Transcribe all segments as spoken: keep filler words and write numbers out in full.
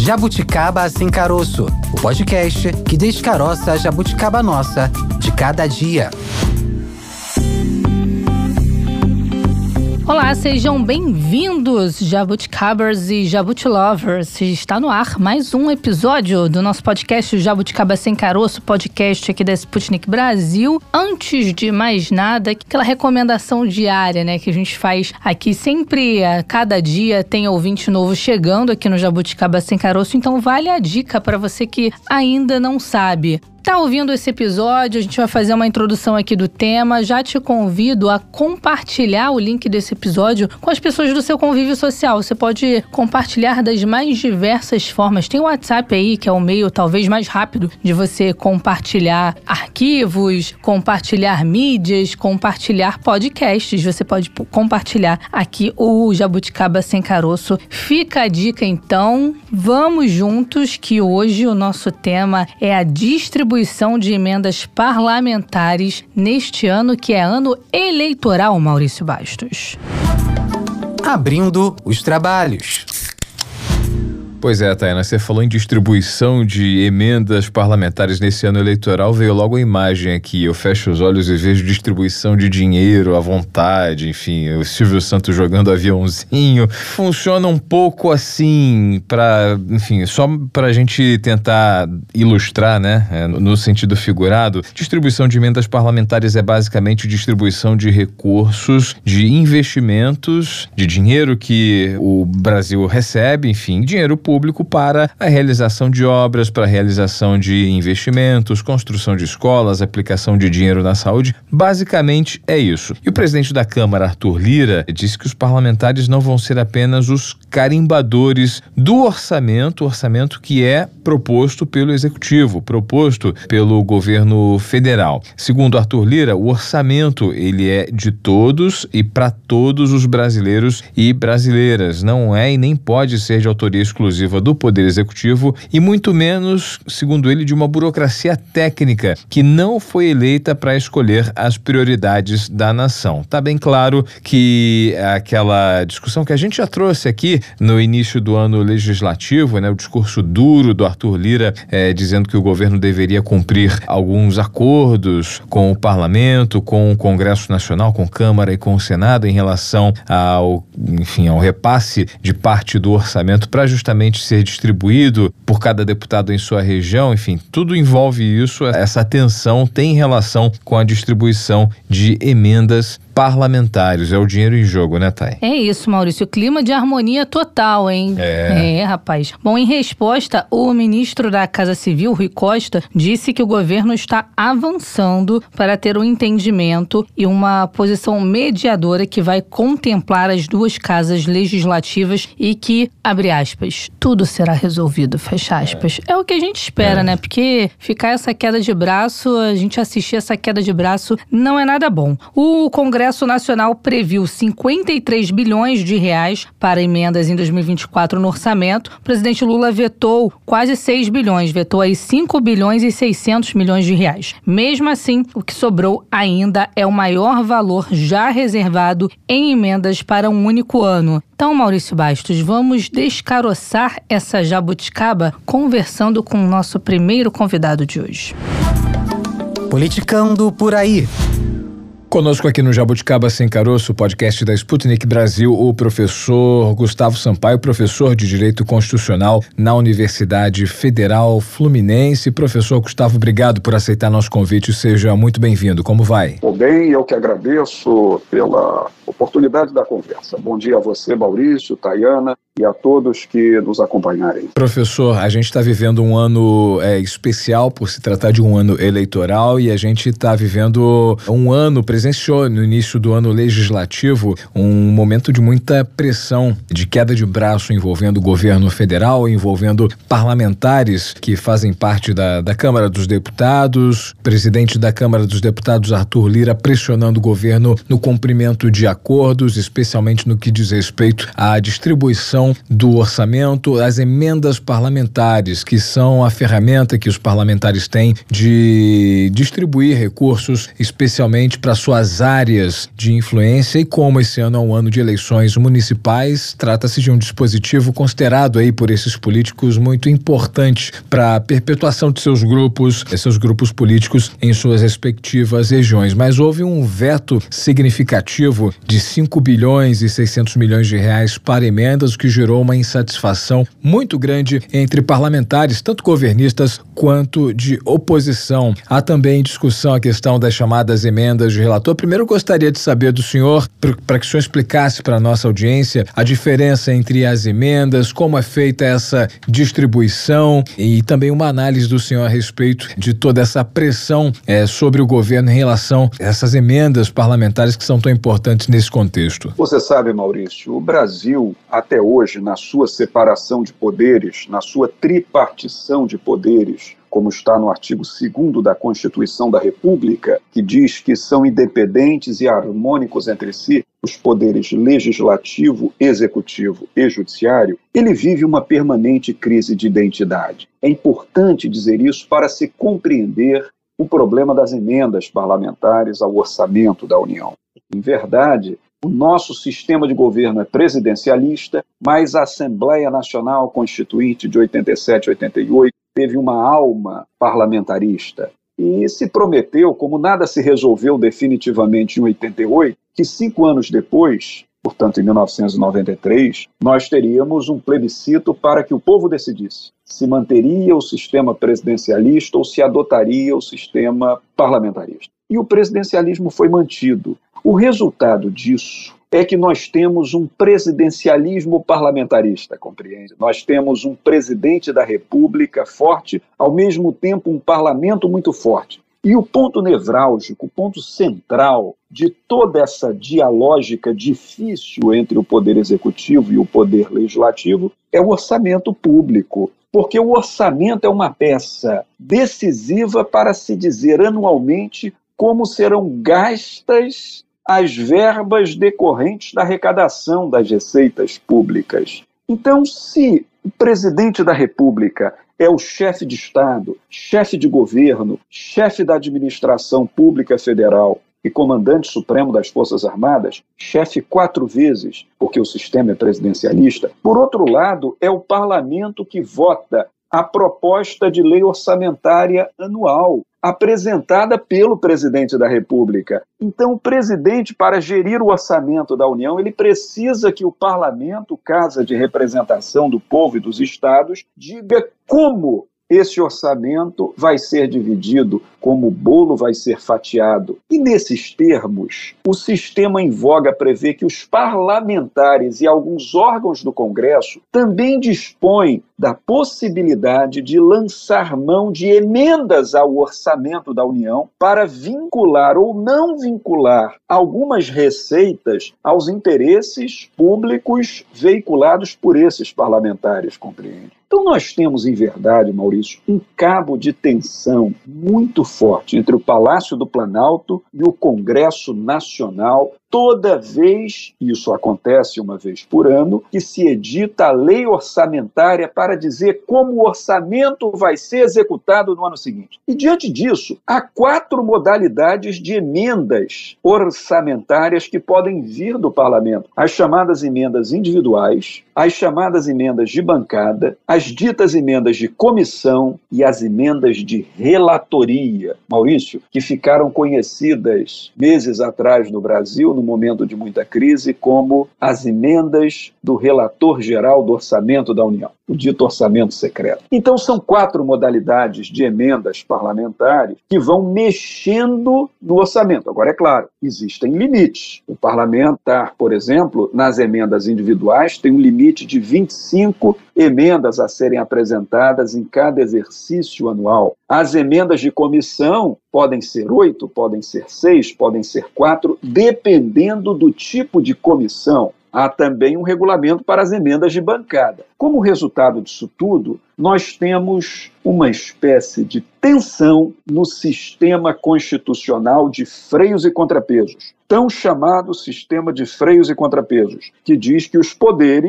Jabuticaba Sem Caroço, o podcast que descaroça a jabuticaba nossa de cada dia. Olá, sejam bem-vindos, jabuticabers e jabutilovers. Está no ar mais um episódio do nosso podcast Jabuticaba Sem Caroço, podcast aqui da Sputnik Brasil. Antes de mais nada, aquela recomendação diária, né, que a gente faz aqui sempre, a cada dia tem ouvinte novo chegando aqui no Jabuticaba Sem Caroço, então vale a dica para você que ainda não sabe. Tá ouvindo esse episódio, a gente vai fazer uma introdução aqui do tema. Já te convido a compartilhar o link desse episódio com as pessoas do seu convívio social. Você pode compartilhar das mais diversas formas. Tem o WhatsApp aí, que é o meio talvez mais rápido de você compartilhar arquivos, compartilhar mídias, compartilhar podcasts. Você pode compartilhar aqui o Jabuticaba Sem Caroço. Fica a dica então, vamos juntos que hoje o nosso tema é a distribuição de emendas parlamentares neste ano, que é ano eleitoral, Maurício Bastos. Abrindo os trabalhos. Pois é, Tainá, você falou em distribuição de emendas parlamentares nesse ano eleitoral, veio logo a imagem aqui, eu fecho os olhos e vejo distribuição de dinheiro à vontade, enfim, o Silvio Santos jogando aviãozinho, funciona um pouco assim, para, enfim, só pra gente tentar ilustrar, né, no sentido figurado, distribuição de emendas parlamentares é basicamente distribuição de recursos, de investimentos, de dinheiro que o Brasil recebe, enfim, dinheiro público para a realização de obras, para a realização de investimentos, construção de escolas, aplicação de dinheiro na saúde. Basicamente é isso. E o presidente da Câmara, Arthur Lira, disse que os parlamentares não vão ser apenas os carimbadores do orçamento, orçamento que é proposto pelo Executivo, proposto pelo governo federal. Segundo Arthur Lira, o orçamento ele é de todos e para todos os brasileiros e brasileiras. Não é e nem pode ser de autoria exclusiva do Poder Executivo e muito menos, segundo ele, de uma burocracia técnica que não foi eleita para escolher as prioridades da nação. Tá bem claro que aquela discussão que a gente já trouxe aqui no início do ano legislativo, né, o discurso duro do Arthur Lira, é, dizendo que o governo deveria cumprir alguns acordos com o Parlamento, com o Congresso Nacional, com a Câmara e com o Senado em relação ao, enfim, ao repasse de parte do orçamento para justamente ser distribuído por cada deputado em sua região, enfim, tudo envolve isso, essa tensão tem relação com a distribuição de emendas parlamentares, é o dinheiro em jogo, né, Thay? É isso, Maurício, clima de harmonia total, hein? É. É, rapaz. Bom, em resposta, o ministro da Casa Civil, Rui Costa, disse que o governo está avançando para ter um entendimento e uma posição mediadora que vai contemplar as duas casas legislativas e que, abre aspas, tudo será resolvido, fecha aspas. É, é o que a gente espera, é. né? Porque ficar essa queda de braço, a gente assistir essa queda de braço não é nada bom. O Congresso O Congresso Nacional previu cinquenta e três bilhões de reais para emendas em dois mil e vinte e quatro no orçamento. O presidente Lula vetou quase seis bilhões, vetou aí cinco bilhões e seiscentos milhões de reais. Mesmo assim, o que sobrou ainda é o maior valor já reservado em emendas para um único ano. Então, Maurício Bastos, vamos descaroçar essa jabuticaba conversando com o nosso primeiro convidado de hoje. Politicando por aí. Conosco aqui no Jabuticaba Sem Caroço, podcast da Sputnik Brasil, o professor Gustavo Sampaio, professor de Direito Constitucional na Universidade Federal Fluminense. Professor Gustavo, obrigado por aceitar nosso convite. Seja muito bem-vindo. Como vai? Bom, bem, eu que agradeço pela oportunidade da conversa. Bom dia a você, Maurício, Tayana, e a todos que nos acompanharem. Professor, a gente está vivendo um ano é, especial por se tratar de um ano eleitoral e a gente está vivendo um ano, presenciou no início do ano legislativo um momento de muita pressão, de queda de braço envolvendo o governo federal, envolvendo parlamentares que fazem parte da, da Câmara dos Deputados, presidente da Câmara dos Deputados, Arthur Lira, pressionando o governo no cumprimento de acordos, especialmente no que diz respeito à distribuição questão do orçamento, as emendas parlamentares, que são a ferramenta que os parlamentares têm de distribuir recursos, especialmente para suas áreas de influência, e como esse ano é um ano de eleições municipais, trata-se de um dispositivo considerado aí por esses políticos muito importante para a perpetuação de seus grupos, seus grupos políticos em suas respectivas regiões. Mas houve um veto significativo de cinco bilhões e seiscentos milhões de reais para emendas, o que gerou uma insatisfação muito grande entre parlamentares, tanto governistas quanto de oposição. Há também discussão a questão das chamadas emendas de relator. Primeiro eu gostaria de saber do senhor, para que o senhor explicasse para a nossa audiência a diferença entre as emendas, como é feita essa distribuição e também uma análise do senhor a respeito de toda essa pressão é, sobre o governo em relação a essas emendas parlamentares que são tão importantes nesse contexto. Você sabe, Maurício, o Brasil, até hoje, na sua separação de poderes, na sua tripartição de poderes, como está no artigo segundo da Constituição da República, que diz que são independentes e harmônicos entre si os poderes legislativo, executivo e judiciário, ele vive uma permanente crise de identidade. É importante dizer isso para se compreender o problema das emendas parlamentares ao orçamento da União. Em verdade, o nosso sistema de governo é presidencialista, mas a Assembleia Nacional Constituinte de oitenta e sete e oitenta e oito teve uma alma parlamentarista e se prometeu, como nada se resolveu definitivamente em oitenta e oito, que cinco anos depois, portanto em mil novecentos e noventa e três, nós teríamos um plebiscito para que o povo decidisse se manteria o sistema presidencialista ou se adotaria o sistema parlamentarista. E o presidencialismo foi mantido. O resultado disso é que nós temos um presidencialismo parlamentarista, compreende? Nós temos um presidente da República forte, ao mesmo tempo um parlamento muito forte. E o ponto nevrálgico, o ponto central de toda essa dialógica difícil entre o poder executivo e o poder legislativo é o orçamento público. Porque o orçamento é uma peça decisiva para se dizer anualmente como serão gastas as verbas decorrentes da arrecadação das receitas públicas. Então, se o presidente da República é o chefe de Estado, chefe de governo, chefe da administração pública federal e comandante supremo das Forças Armadas, chefe quatro vezes, porque o sistema é presidencialista, por outro lado, é o parlamento que vota a proposta de lei orçamentária anual, apresentada pelo presidente da República. Então, o presidente, para gerir o orçamento da União, ele precisa que o parlamento, casa de representação do povo e dos estados, diga como esse orçamento vai ser dividido, como o bolo vai ser fatiado. E nesses termos, o sistema em voga prevê que os parlamentares e alguns órgãos do Congresso também dispõem da possibilidade de lançar mão de emendas ao orçamento da União para vincular ou não vincular algumas receitas aos interesses públicos veiculados por esses parlamentares, compreende? Então nós temos, em verdade, Maurício, um cabo de tensão muito forte entre o Palácio do Planalto e o Congresso Nacional, toda vez, e isso acontece uma vez por ano, que se edita a lei orçamentária para dizer como o orçamento vai ser executado no ano seguinte. E diante disso, há quatro modalidades de emendas orçamentárias que podem vir do parlamento. As chamadas emendas individuais, as chamadas emendas de bancada, as ditas emendas de comissão e as emendas de relatoria, Maurício, que ficaram conhecidas meses atrás no Brasil, no momento de muita crise, como as emendas do relator geral do orçamento da União, o dito orçamento secreto. Então são quatro modalidades de emendas parlamentares que vão mexendo no orçamento. Agora, é claro, existem limites. O parlamentar, por exemplo, nas emendas individuais, tem um limite de vinte e cinco emendas a serem apresentadas em cada exercício anual. As emendas de comissão podem ser oito, podem ser seis, podem ser quatro, dependendo do tipo de comissão. Há também um regulamento para as emendas de bancada. Como resultado disso tudo, nós temos uma espécie de tensão no sistema constitucional de freios e contrapesos, tão chamado sistema de freios e contrapesos, que diz que os poderes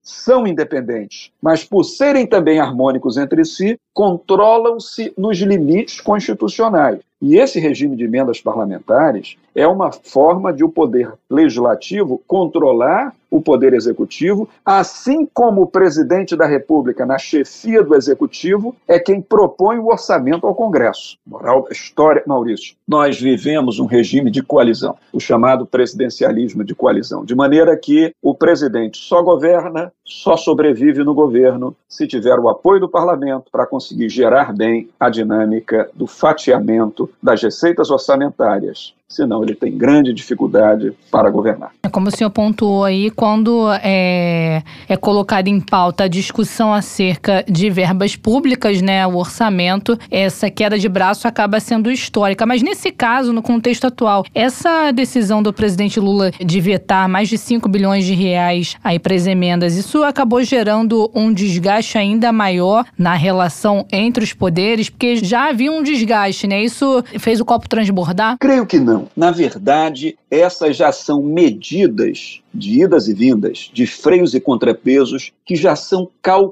são independentes, mas por serem também harmônicos entre si, controlam-se nos limites constitucionais. E esse regime de emendas parlamentares é uma forma de o poder legislativo controlar o poder executivo, assim como o presidente da República, na chefia do executivo, é quem propõe o orçamento ao Congresso. Moral da história, Maurício, nós vivemos um regime de coalizão, o chamado presidencialismo de coalizão, de maneira que o presidente só governa, só sobrevive no governo se tiver o apoio do parlamento para conseguir gerar bem a dinâmica do fatiamento das receitas orçamentárias. Senão ele tem grande dificuldade para governar. É como o senhor pontuou aí, quando é, é colocada em pauta a discussão acerca de verbas públicas, né, o orçamento, essa queda de braço acaba sendo histórica. Mas nesse caso, no contexto atual, essa decisão do presidente Lula de vetar mais de cinco bilhões de reais aí para as emendas, isso acabou gerando um desgaste ainda maior na relação entre os poderes, porque já havia um desgaste, né? Isso fez o copo transbordar? Creio que não. Na verdade, essas já são medidas de idas e vindas, de freios e contrapesos que já são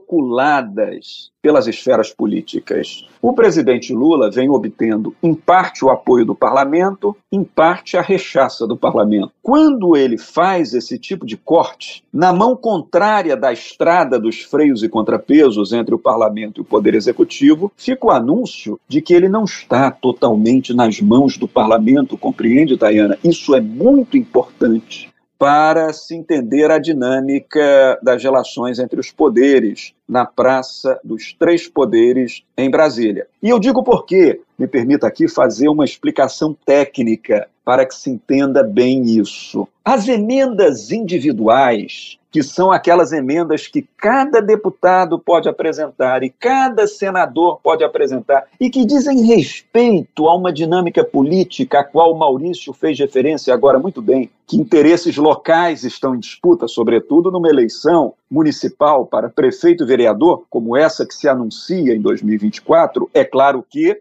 calculadas pelas esferas políticas. O presidente Lula vem obtendo, em parte, o apoio do parlamento, em parte, a rechaça do parlamento. Quando ele faz esse tipo de corte, na mão contrária da estrada dos freios e contrapesos entre o parlamento e o poder executivo, fica o anúncio de que ele não está totalmente nas mãos do parlamento, compreende, Tayana? Isso é muito importante para se entender a dinâmica das relações entre os poderes na Praça dos Três Poderes em Brasília. E eu digo por quê. Me permita aqui fazer uma explicação técnica para que se entenda bem isso. As emendas individuais, que são aquelas emendas que cada deputado pode apresentar e cada senador pode apresentar, e que dizem respeito a uma dinâmica política a qual o Maurício fez referência agora muito bem, que interesses locais estão em disputa, sobretudo numa eleição municipal para prefeito e vereador, como essa que se anuncia em dois mil e vinte e quatro, é claro que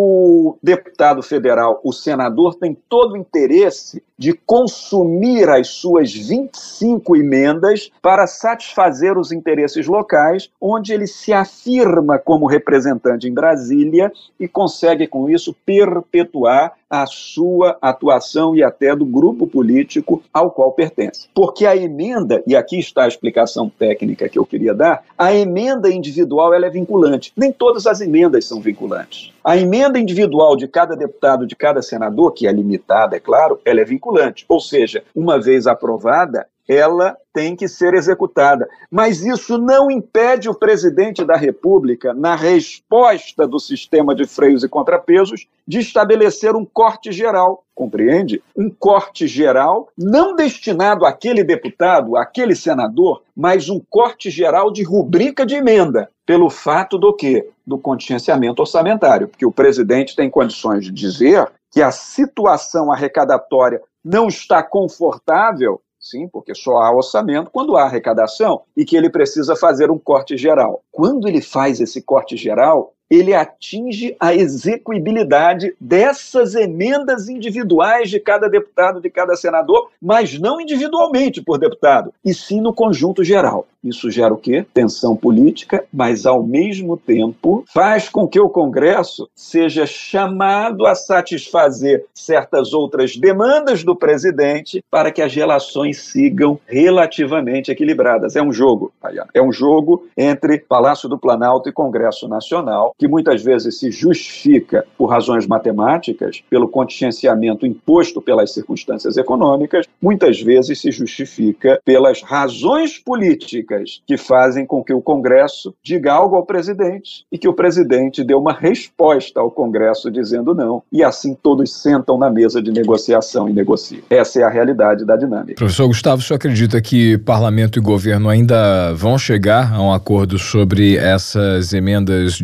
o deputado federal, o senador, tem todo o interesse de consumir as suas vinte e cinco emendas para satisfazer os interesses locais, onde ele se afirma como representante em Brasília e consegue, com isso, perpetuar a sua atuação e até do grupo político ao qual pertence. Porque a emenda, e aqui está a explicação técnica que eu queria dar, a emenda individual ela é vinculante. Nem todas as emendas são vinculantes. A emenda individual de cada deputado, de cada senador, que é limitada, é claro, ela é vinculante. Ou seja, uma vez aprovada, ela tem que ser executada. Mas isso não impede o presidente da República, na resposta do sistema de freios e contrapesos, de estabelecer um corte geral, compreende? Um corte geral não destinado àquele deputado, àquele senador, mas um corte geral de rubrica de emenda, pelo fato do quê? Do contingenciamento orçamentário, porque o presidente tem condições de dizer que a situação arrecadatória não está confortável. Sim, porque só há orçamento quando há arrecadação e que ele precisa fazer um corte geral. Quando ele faz esse corte geral, ele atinge a execuibilidade dessas emendas individuais de cada deputado, de cada senador, mas não individualmente por deputado, e sim no conjunto geral. Isso gera o quê? Tensão política, mas ao mesmo tempo faz com que o Congresso seja chamado a satisfazer certas outras demandas do presidente para que as relações sigam relativamente equilibradas. É um jogo, é um jogo entre Palácio do Planalto e Congresso Nacional, que muitas vezes se justifica por razões matemáticas, pelo contingenciamento imposto pelas circunstâncias econômicas, muitas vezes se justifica pelas razões políticas que fazem com que o Congresso diga algo ao presidente e que o presidente dê uma resposta ao Congresso dizendo não, e assim todos sentam na mesa de negociação e negociam. Essa é a realidade da dinâmica. Professor Gustavo, o senhor acredita que parlamento e governo ainda vão chegar a um acordo sobre essas emendas de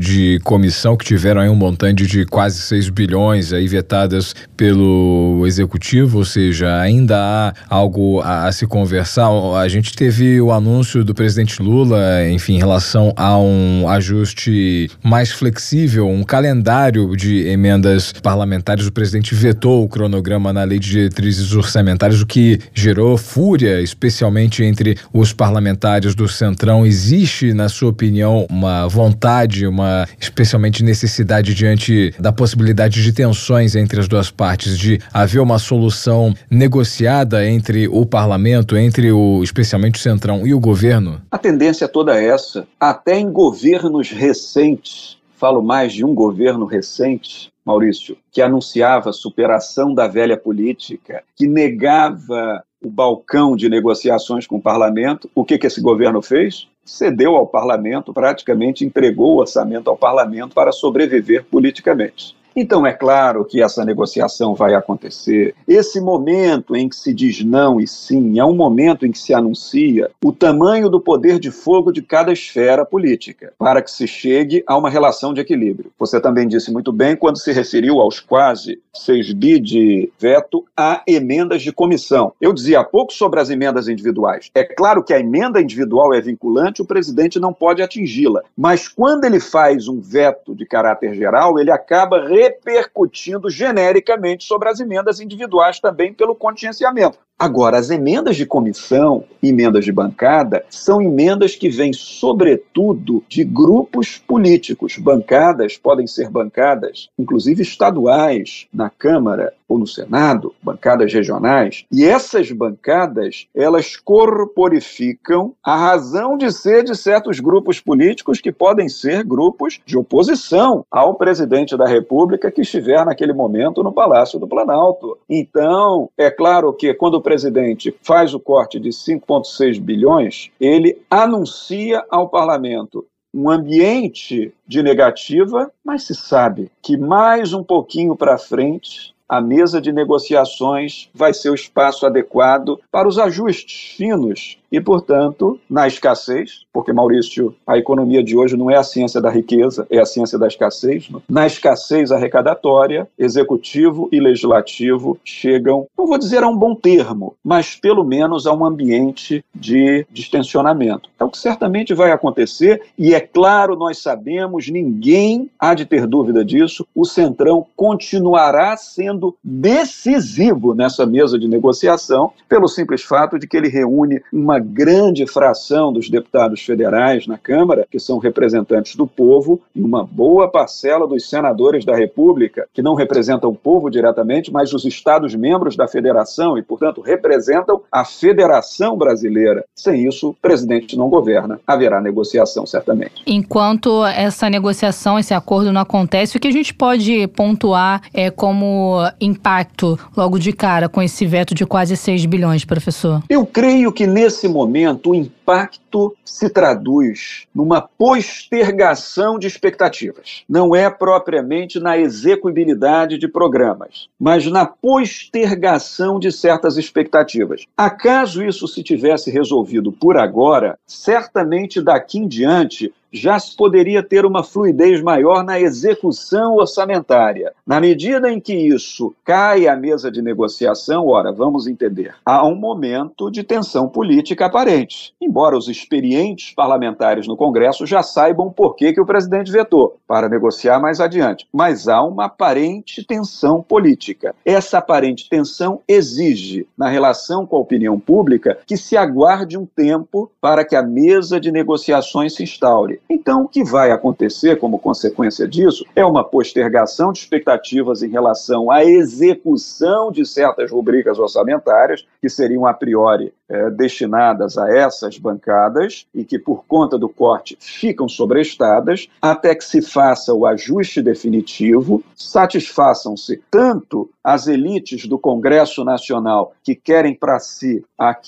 comissão, que tiveram aí um montante de quase seis bilhões aí vetadas pelo Executivo, ou seja, ainda há algo a, a se conversar. A gente teve o anúncio do presidente Lula, enfim, em relação a um ajuste mais flexível, um calendário de emendas parlamentares. O presidente vetou o cronograma na Lei de Diretrizes Orçamentárias, o que gerou fúria, especialmente entre os parlamentares do Centrão. Existe, na sua opinião, uma vontade, uma especialmente necessidade diante da possibilidade de tensões entre as duas partes, de haver uma solução negociada entre o parlamento, entre o, especialmente o Centrão e o governo? A tendência é toda essa. Até em governos recentes, falo mais de um governo recente, Maurício, que anunciava a superação da velha política, que negava o balcão de negociações com o parlamento, o que, que esse governo fez? Cedeu ao parlamento, praticamente entregou o orçamento ao parlamento para sobreviver politicamente. Então, é claro que essa negociação vai acontecer. Esse momento em que se diz não e sim é um momento em que se anuncia o tamanho do poder de fogo de cada esfera política, para que se chegue a uma relação de equilíbrio. Você também disse muito bem quando se referiu aos quase seis bi de veto a emendas de comissão. Eu dizia há pouco sobre as emendas individuais. É claro que a emenda individual é vinculante, o presidente não pode atingi-la. Mas quando ele faz um veto de caráter geral, ele acaba repercutindo genericamente sobre as emendas individuais também pelo contingenciamento. Agora, as emendas de comissão, emendas de bancada, são emendas que vêm, sobretudo, de grupos políticos. Bancadas podem ser bancadas, inclusive estaduais, na Câmara ou no Senado, bancadas regionais. E essas bancadas, elas corporificam a razão de ser de certos grupos políticos que podem ser grupos de oposição ao presidente da República que estiver naquele momento no Palácio do Planalto. Então, é claro que quando o presidente faz o corte de cinco vírgula seis bilhões, ele anuncia ao parlamento um ambiente de negativa, mas se sabe que mais um pouquinho para frente a mesa de negociações vai ser o espaço adequado para os ajustes finos e, portanto, na escassez, porque, Maurício, a economia de hoje não é a ciência da riqueza, é a ciência da escassez. Né? Na escassez arrecadatória, executivo e legislativo chegam, não vou dizer a um bom termo, mas pelo menos a um ambiente de distensionamento. É o que certamente vai acontecer e, é claro, nós sabemos, ninguém há de ter dúvida disso, o Centrão continuará sendo decisivo nessa mesa de negociação pelo simples fato de que ele reúne uma grande fração dos deputados federais na Câmara, que são representantes do povo, e uma boa parcela dos senadores da República, que não representam o povo diretamente, mas os Estados-membros da Federação e, portanto, representam a Federação Brasileira. Sem isso, o presidente não governa. Haverá negociação, certamente. Enquanto essa negociação, esse acordo não acontece, o que a gente pode pontuar é como impacto logo de cara com esse veto de quase seis bilhões, professor? Eu creio que nesse momento o impacto se traduz numa postergação de expectativas. Não é propriamente na execuibilidade de programas, mas na postergação de certas expectativas. Acaso isso se tivesse resolvido por agora, certamente daqui em diante já se poderia ter uma fluidez maior na execução orçamentária. Na medida em que isso cai à mesa de negociação, ora, vamos entender, há um momento de tensão política aparente. Embora os experientes parlamentares no Congresso já saibam por que que o presidente vetou, para negociar mais adiante. Mas há uma aparente tensão política. Essa aparente tensão exige, na relação com a opinião pública, que se aguarde um tempo para que a mesa de negociações se instaure. Então, o que vai acontecer como consequência disso é uma postergação de expectativas em relação à execução de certas rubricas orçamentárias que seriam a priori é, destinadas a essas bancadas e que, por conta do corte, ficam sobrestadas até que se faça o ajuste definitivo, satisfaçam-se tanto as elites do Congresso Nacional que querem para si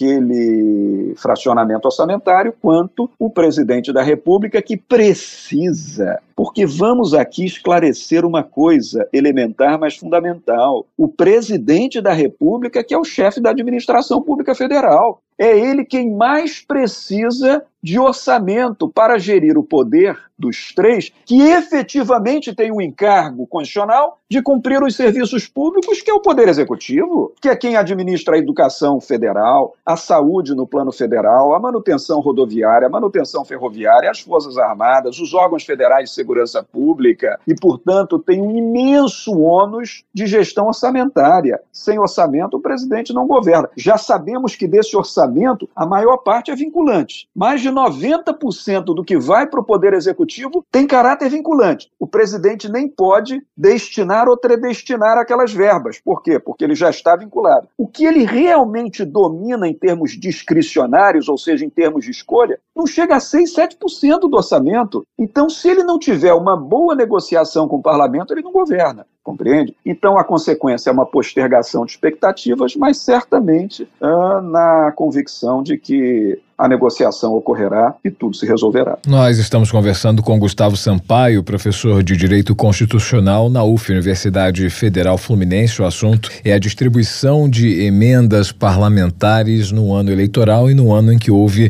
aquele fracionamento orçamentário, quanto o presidente da República que precisa Porque vamos aqui esclarecer uma coisa elementar, mas fundamental. O presidente da República, que é o chefe da administração pública federal, é ele quem mais precisa de orçamento para gerir o poder dos três, que efetivamente tem um encargo constitucional de cumprir os serviços públicos, que é o Poder Executivo, que é quem administra a educação federal, a saúde no plano federal, a manutenção rodoviária, a manutenção ferroviária, as Forças Armadas, os órgãos federais de segurança pública e, portanto, tem um imenso ônus de gestão orçamentária. Sem orçamento, o presidente não governa. Já sabemos que desse orçamento, a maior parte é vinculante. Mais de noventa por cento do que vai para o Poder Executivo tem caráter vinculante. O presidente nem pode destinar ou predestinar aquelas verbas. Por quê? Porque ele já está vinculado. O que ele realmente domina em termos discricionários, ou seja, em termos de escolha, não chega a seis, sete por cento do orçamento. Então, se ele não tiver uma boa negociação com o parlamento, ele não governa. Compreende? Então, a consequência é uma postergação de expectativas, mas certamente ah, na convicção de que a negociação ocorrerá e tudo se resolverá. Nós estamos conversando com Gustavo Sampaio, professor de Direito Constitucional na U F, Universidade Federal Fluminense. O assunto é a distribuição de emendas parlamentares no ano eleitoral e no ano em que houve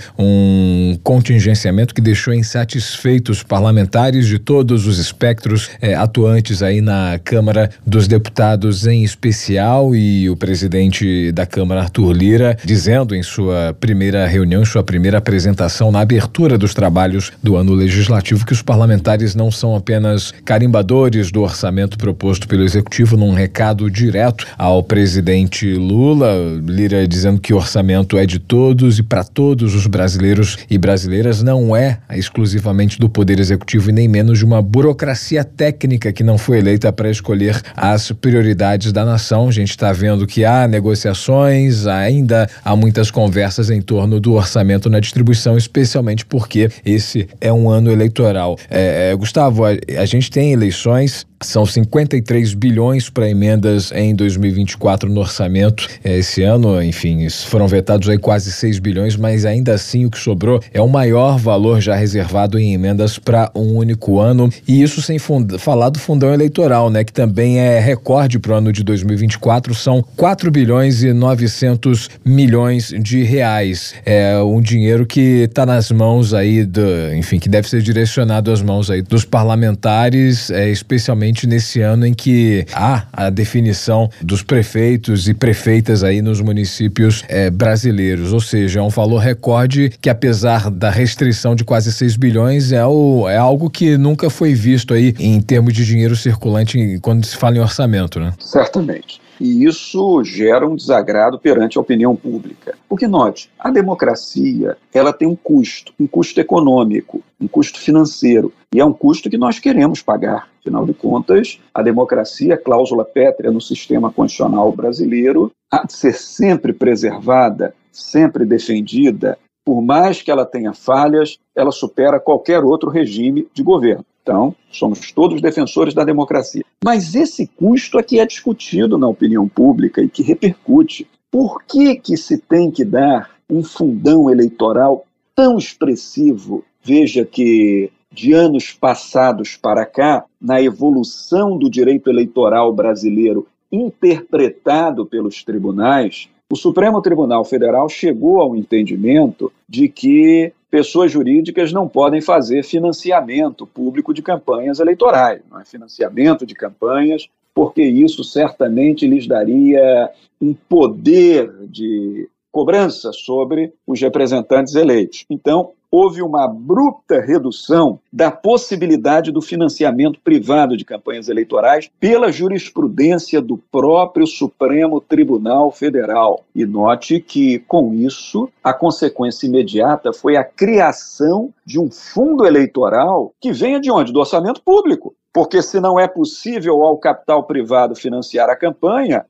um contingenciamento que deixou insatisfeitos parlamentares de todos os espectros eh, atuantes aí na Câmara dos Deputados em especial, e o presidente da Câmara, Arthur Lira, dizendo em sua primeira reunião, em sua primeira apresentação na abertura dos trabalhos do ano legislativo, que os parlamentares não são apenas carimbadores do orçamento proposto pelo Executivo, num recado direto ao presidente Lula. Lira dizendo que o orçamento é de todos e para todos os brasileiros e brasileiras, não é exclusivamente do Poder Executivo e nem menos de uma burocracia técnica que não foi eleita para escolher as prioridades da nação. A gente está vendo que há negociações, ainda há muitas conversas em torno do orçamento na distribuição, especialmente porque esse é um ano eleitoral. É, é, Gustavo, a, a gente tem eleições, são cinquenta e três bilhões para emendas em dois mil e vinte e quatro no orçamento. É, esse ano, enfim, foram vetados aí quase seis bilhões, mas ainda assim o que sobrou é o maior valor já reservado em emendas para um único ano, e isso sem fund- falar do fundão eleitoral, né, que também é recorde para o ano de dois mil e vinte e quatro, são quatro bilhões e novecentos milhões de reais. É um dinheiro que está nas mãos aí, do, enfim, que deve ser direcionado às mãos aí dos parlamentares, é, especialmente nesse ano em que há a definição dos prefeitos e prefeitas aí nos municípios é, brasileiros, ou seja, é um valor recorde que, apesar da restrição de quase seis bilhões, é, o, é algo que nunca foi visto aí em termos de dinheiro circulante quando se fala em orçamento, né? Certamente. E isso gera um desagrado perante a opinião pública. Porque, note, a democracia, ela tem um custo, um custo econômico, um custo financeiro, e é um custo que nós queremos pagar. Afinal de contas, a democracia, a cláusula pétrea no sistema constitucional brasileiro, há de ser sempre preservada, sempre defendida. Por mais que ela tenha falhas, ela supera qualquer outro regime de governo. Então, somos todos defensores da democracia. Mas esse custo é que é discutido na opinião pública e que repercute. Por que que se tem que dar um fundão eleitoral tão expressivo? Veja que, de anos passados para cá, na evolução do direito eleitoral brasileiro interpretado pelos tribunais, o Supremo Tribunal Federal chegou ao entendimento de que pessoas jurídicas não podem fazer financiamento público de campanhas eleitorais, não é? Financiamento de campanhas, porque isso certamente lhes daria um poder de cobrança sobre os representantes eleitos. Então, houve uma abrupta redução da possibilidade do financiamento privado de campanhas eleitorais pela jurisprudência do próprio Supremo Tribunal Federal. E note que, com isso, a consequência imediata foi a criação de um fundo eleitoral que venha de onde? Do orçamento público. Porque se não é possível ao capital privado financiar a campanha,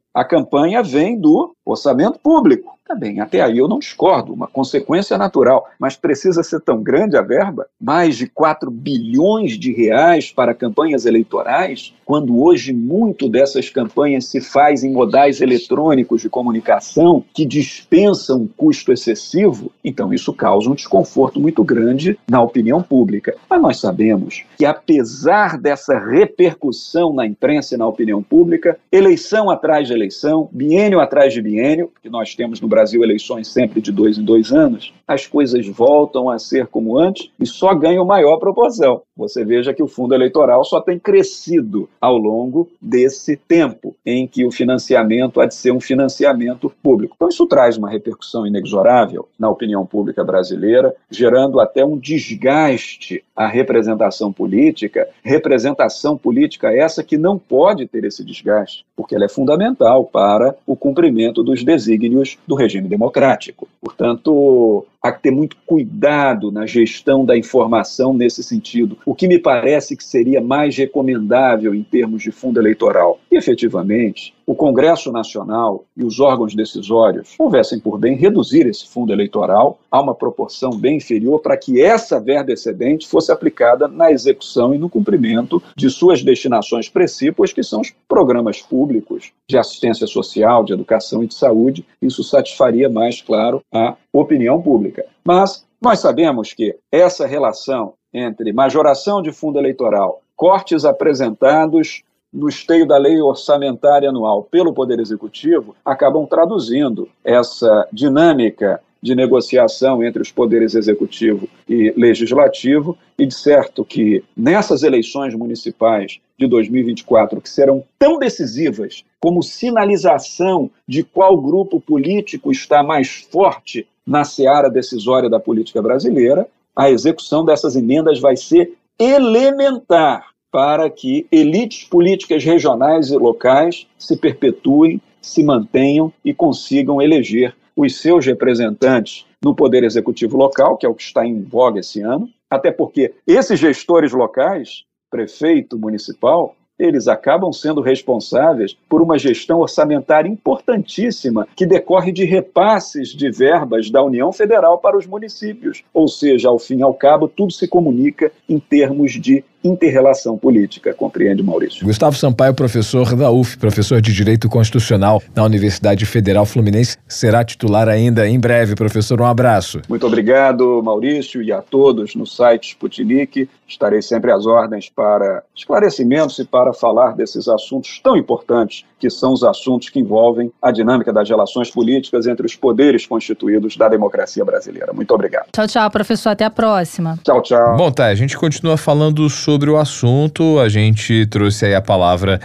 A campanha vem do orçamento público. Tá bem, até aí eu não discordo, uma consequência natural, mas precisa ser tão grande a verba? Mais de quatro bilhões de reais para campanhas eleitorais, quando hoje muito dessas campanhas se faz em modais eletrônicos de comunicação que dispensam um custo excessivo? Então isso causa um desconforto muito grande na opinião pública. Mas nós sabemos que, apesar dessa repercussão na imprensa e na opinião pública, eleição atrás de eleição, biênio atrás de biênio, que nós temos no Brasil eleições sempre de dois em dois anos, as coisas voltam a ser como antes e só ganham maior proporção. Você veja que o fundo eleitoral só tem crescido ao longo desse tempo em que o financiamento há de ser um financiamento público. Então isso traz uma repercussão inexorável na opinião pública brasileira, gerando até um desgaste à representação política, representação política essa que não pode ter esse desgaste, porque ela é fundamental para o cumprimento dos desígnios do regime democrático. Portanto, há que ter muito cuidado na gestão da informação nesse sentido. O que me parece que seria mais recomendável em termos de fundo eleitoral? E, efetivamente, o Congresso Nacional e os órgãos decisórios houvessem por bem reduzir esse fundo eleitoral a uma proporção bem inferior para que essa verba excedente fosse aplicada na execução e no cumprimento de suas destinações precípuas, que são os programas públicos de assistência social, de educação e de saúde. Isso satisfaria mais, claro, a opinião pública. Mas nós sabemos que essa relação entre majoração de fundo eleitoral, cortes apresentados no esteio da lei orçamentária anual pelo Poder Executivo, acabam traduzindo essa dinâmica de negociação entre os poderes executivo e legislativo, e de certo que nessas eleições municipais de dois mil e vinte e quatro, que serão tão decisivas como sinalização de qual grupo político está mais forte na seara decisória da política brasileira, a execução dessas emendas vai ser elementar para que elites políticas regionais e locais se perpetuem, se mantenham e consigam eleger os seus representantes no Poder Executivo local, que é o que está em voga esse ano, até porque esses gestores locais, prefeito municipal, eles acabam sendo responsáveis por uma gestão orçamentária importantíssima que decorre de repasses de verbas da União Federal para os municípios. Ou seja, ao fim e ao cabo, tudo se comunica em termos de inter-relação política, compreende, Maurício? Gustavo Sampaio, professor da U F, professor de Direito Constitucional na Universidade Federal Fluminense, será titular ainda em breve. Professor, um abraço. Muito obrigado, Maurício, e a todos no site Sputnik. Estarei sempre às ordens para esclarecimentos e para falar desses assuntos tão importantes, que são os assuntos que envolvem a dinâmica das relações políticas entre os poderes constituídos da democracia brasileira. Muito obrigado. Tchau, tchau, professor. Até a próxima. Tchau, tchau. Bom, tá, a gente continua falando sobre o assunto. A gente trouxe aí a palavra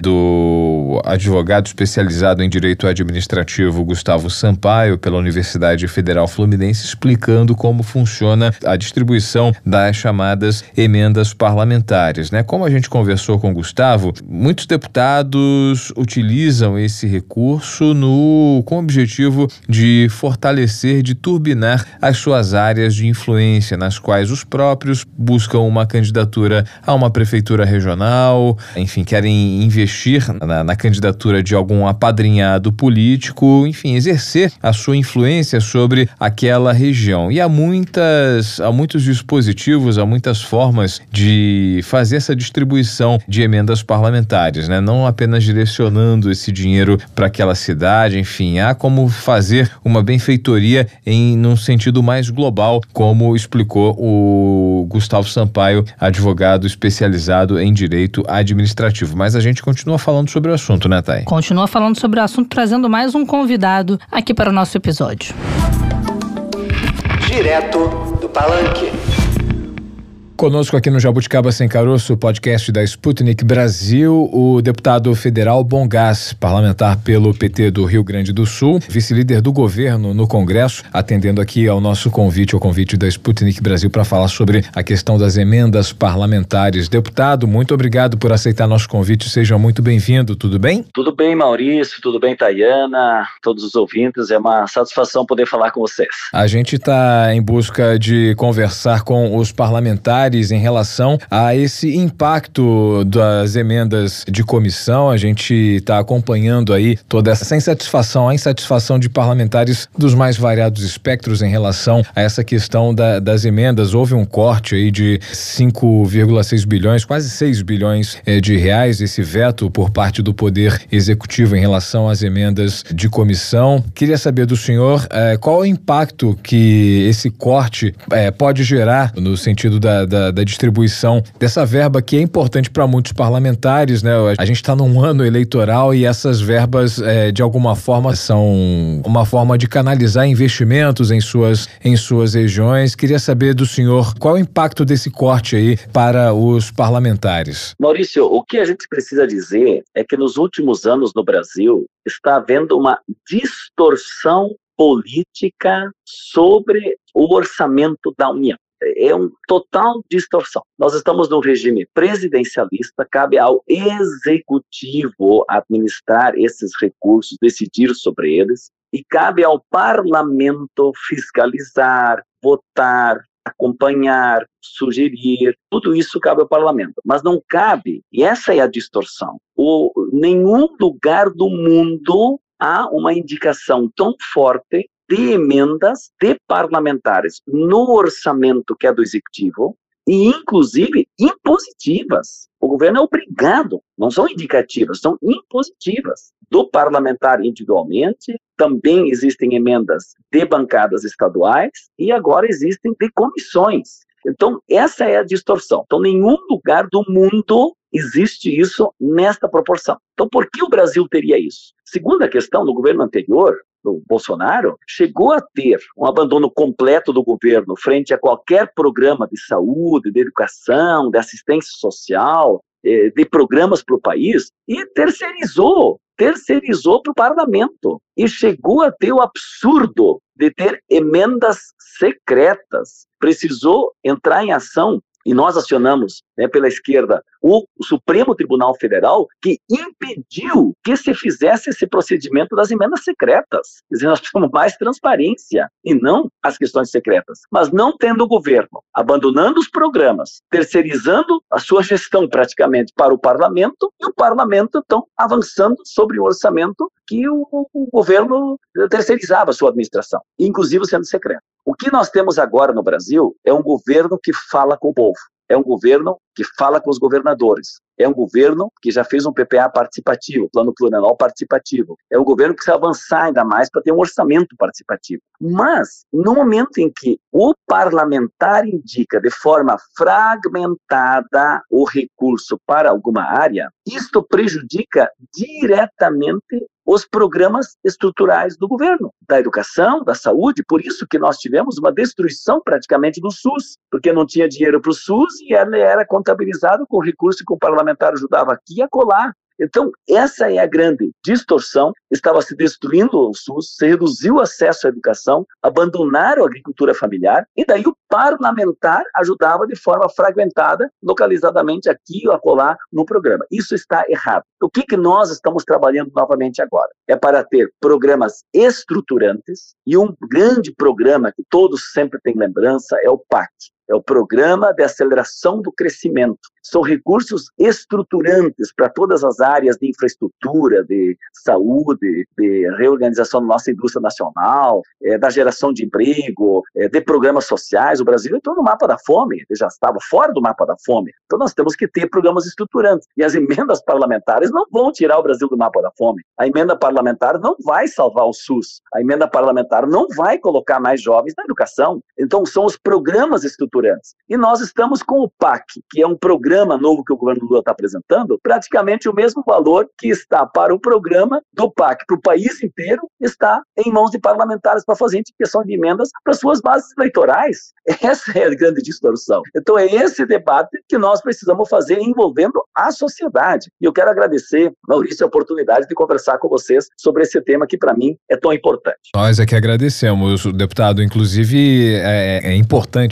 do advogado especializado em direito administrativo Gustavo Sampaio, pela Universidade Federal Fluminense, explicando como funciona a distribuição das chamadas emendas parlamentares, né? Como a gente conversou com o Gustavo, muitos deputados utilizam esse recurso no, com o objetivo de fortalecer, de turbinar as suas áreas de influência, nas quais os próprios buscam uma candidatura a uma prefeitura regional, enfim, querem investir na, na candidatura de algum apadrinhado político, enfim, exercer a sua influência sobre aquela região. E há muitas, há muitos dispositivos, há muitas formas de fazer essa distribuição de emendas parlamentares, né? Não apenas direcionando esse dinheiro para aquela cidade, enfim, há como fazer uma benfeitoria em num sentido mais global, como explicou o Gustavo Sampaio, advogado especializado em direito administrativo. Mas a gente continua falando sobre o assunto, né, Thay? Continua falando sobre o assunto, trazendo mais um convidado aqui para o nosso episódio. Direto do Palanque. Conosco aqui no Jabuticaba Sem Caroço, podcast da Sputnik Brasil, o deputado federal Bom Gás, parlamentar pelo P T do Rio Grande do Sul, vice-líder do governo no Congresso, atendendo aqui ao nosso convite, ao convite da Sputnik Brasil para falar sobre a questão das emendas parlamentares. Deputado, muito obrigado por aceitar nosso convite, seja muito bem-vindo, tudo bem? Tudo bem, Maurício, tudo bem, Tayana, todos os ouvintes, é uma satisfação poder falar com vocês. A gente está em busca de conversar com os parlamentares parlamentares em relação a esse impacto das emendas de comissão. A gente está acompanhando aí toda essa insatisfação, a insatisfação de parlamentares dos mais variados espectros em relação a essa questão da, das emendas. Houve um corte aí de cinco vírgula seis bilhões, quase seis bilhões eh, de reais, esse veto por parte do Poder Executivo em relação às emendas de comissão. Queria saber do senhor eh, qual o impacto que esse corte eh, pode gerar no sentido da, da, da distribuição dessa verba que é importante para muitos parlamentares, né? A gente está num ano eleitoral e essas verbas eh, de alguma forma são uma forma de canalizar investimentos em suas, em suas regiões. Queria saber do senhor qual é o impacto desse corte aí para os parlamentares. Maurício, o que a gente precisa dizer é que nos últimos anos no Brasil está havendo uma distorção política sobre o orçamento da União. É uma total distorção. Nós estamos num regime presidencialista, cabe ao executivo administrar esses recursos, decidir sobre eles, e cabe ao parlamento fiscalizar, votar, acompanhar, sugerir, tudo isso cabe ao parlamento. Mas não cabe, e essa é a distorção, o, nenhum lugar do mundo há uma indicação tão forte de emendas de parlamentares no orçamento que é do executivo, e inclusive impositivas. O governo é obrigado, não são indicativas, são impositivas. Do parlamentar individualmente, também existem emendas de bancadas estaduais e agora existem de comissões. Então, essa é a distorção. Então, nenhum lugar do mundo existe isso nesta proporção. Então, por que o Brasil teria isso? Segunda questão, no governo anterior, do Bolsonaro, chegou a ter um abandono completo do governo frente a qualquer programa de saúde, de educação, de assistência social, de programas para o país, e terceirizou, terceirizou para o parlamento. E chegou a ter o absurdo de ter emendas secretas. Precisou entrar em ação, e nós acionamos, né, pela esquerda, o, o Supremo Tribunal Federal, que impediu que se fizesse esse procedimento das emendas secretas. Quer dizer, nós precisamos mais transparência e não as questões secretas. Mas não tendo o governo abandonando os programas, terceirizando a sua gestão praticamente para o parlamento, e o parlamento, então, avançando sobre o orçamento que o, o governo terceirizava a sua administração, inclusive sendo secreto. O que nós temos agora no Brasil é um governo que fala com o povo, é um governo que fala com os governadores, é um governo que já fez um P P A participativo, plano plurianual participativo, é um governo que precisa avançar ainda mais para ter um orçamento participativo. Mas, no momento em que o parlamentar indica de forma fragmentada o recurso para alguma área, isto prejudica diretamente os programas estruturais do governo, da educação, da saúde. Por isso que nós tivemos uma destruição praticamente do SUS, porque não tinha dinheiro para o SUS e ele era contabilizado com recurso que o parlamentar ajudava aqui e acolá. Então, essa é a grande distorção. Estava se destruindo o SUS, se reduziu o acesso à educação, abandonaram a agricultura familiar, e daí o parlamentar ajudava de forma fragmentada, localizadamente aqui ou acolá no programa. Isso está errado. O que, que nós estamos trabalhando novamente agora? É para ter programas estruturantes, e um grande programa que todos sempre têm lembrança é o P A C. É o Programa de Aceleração do Crescimento. São recursos estruturantes para todas as áreas de infraestrutura, de saúde, de reorganização da nossa indústria nacional, é, da geração de emprego, é, de programas sociais. O Brasil entrou no mapa da fome, ele já estava fora do mapa da fome. Então nós temos que ter programas estruturantes. E as emendas parlamentares não vão tirar o Brasil do mapa da fome. A emenda parlamentar não vai salvar o SUS. A emenda parlamentar não vai colocar mais jovens na educação. Então são os programas estruturantes. E nós estamos com o P A C, que é um programa novo que o governo Lula está apresentando, praticamente o mesmo valor que está para o programa do P A C para o país inteiro, está em mãos de parlamentares para fazer indicação de emendas para suas bases eleitorais. Essa é a grande distorção. Então é esse debate que nós precisamos fazer envolvendo a sociedade. E eu quero agradecer, Maurício, a oportunidade de conversar com vocês sobre esse tema que para mim é tão importante. Nós é que agradecemos, deputado. Inclusive é, é importante a explicação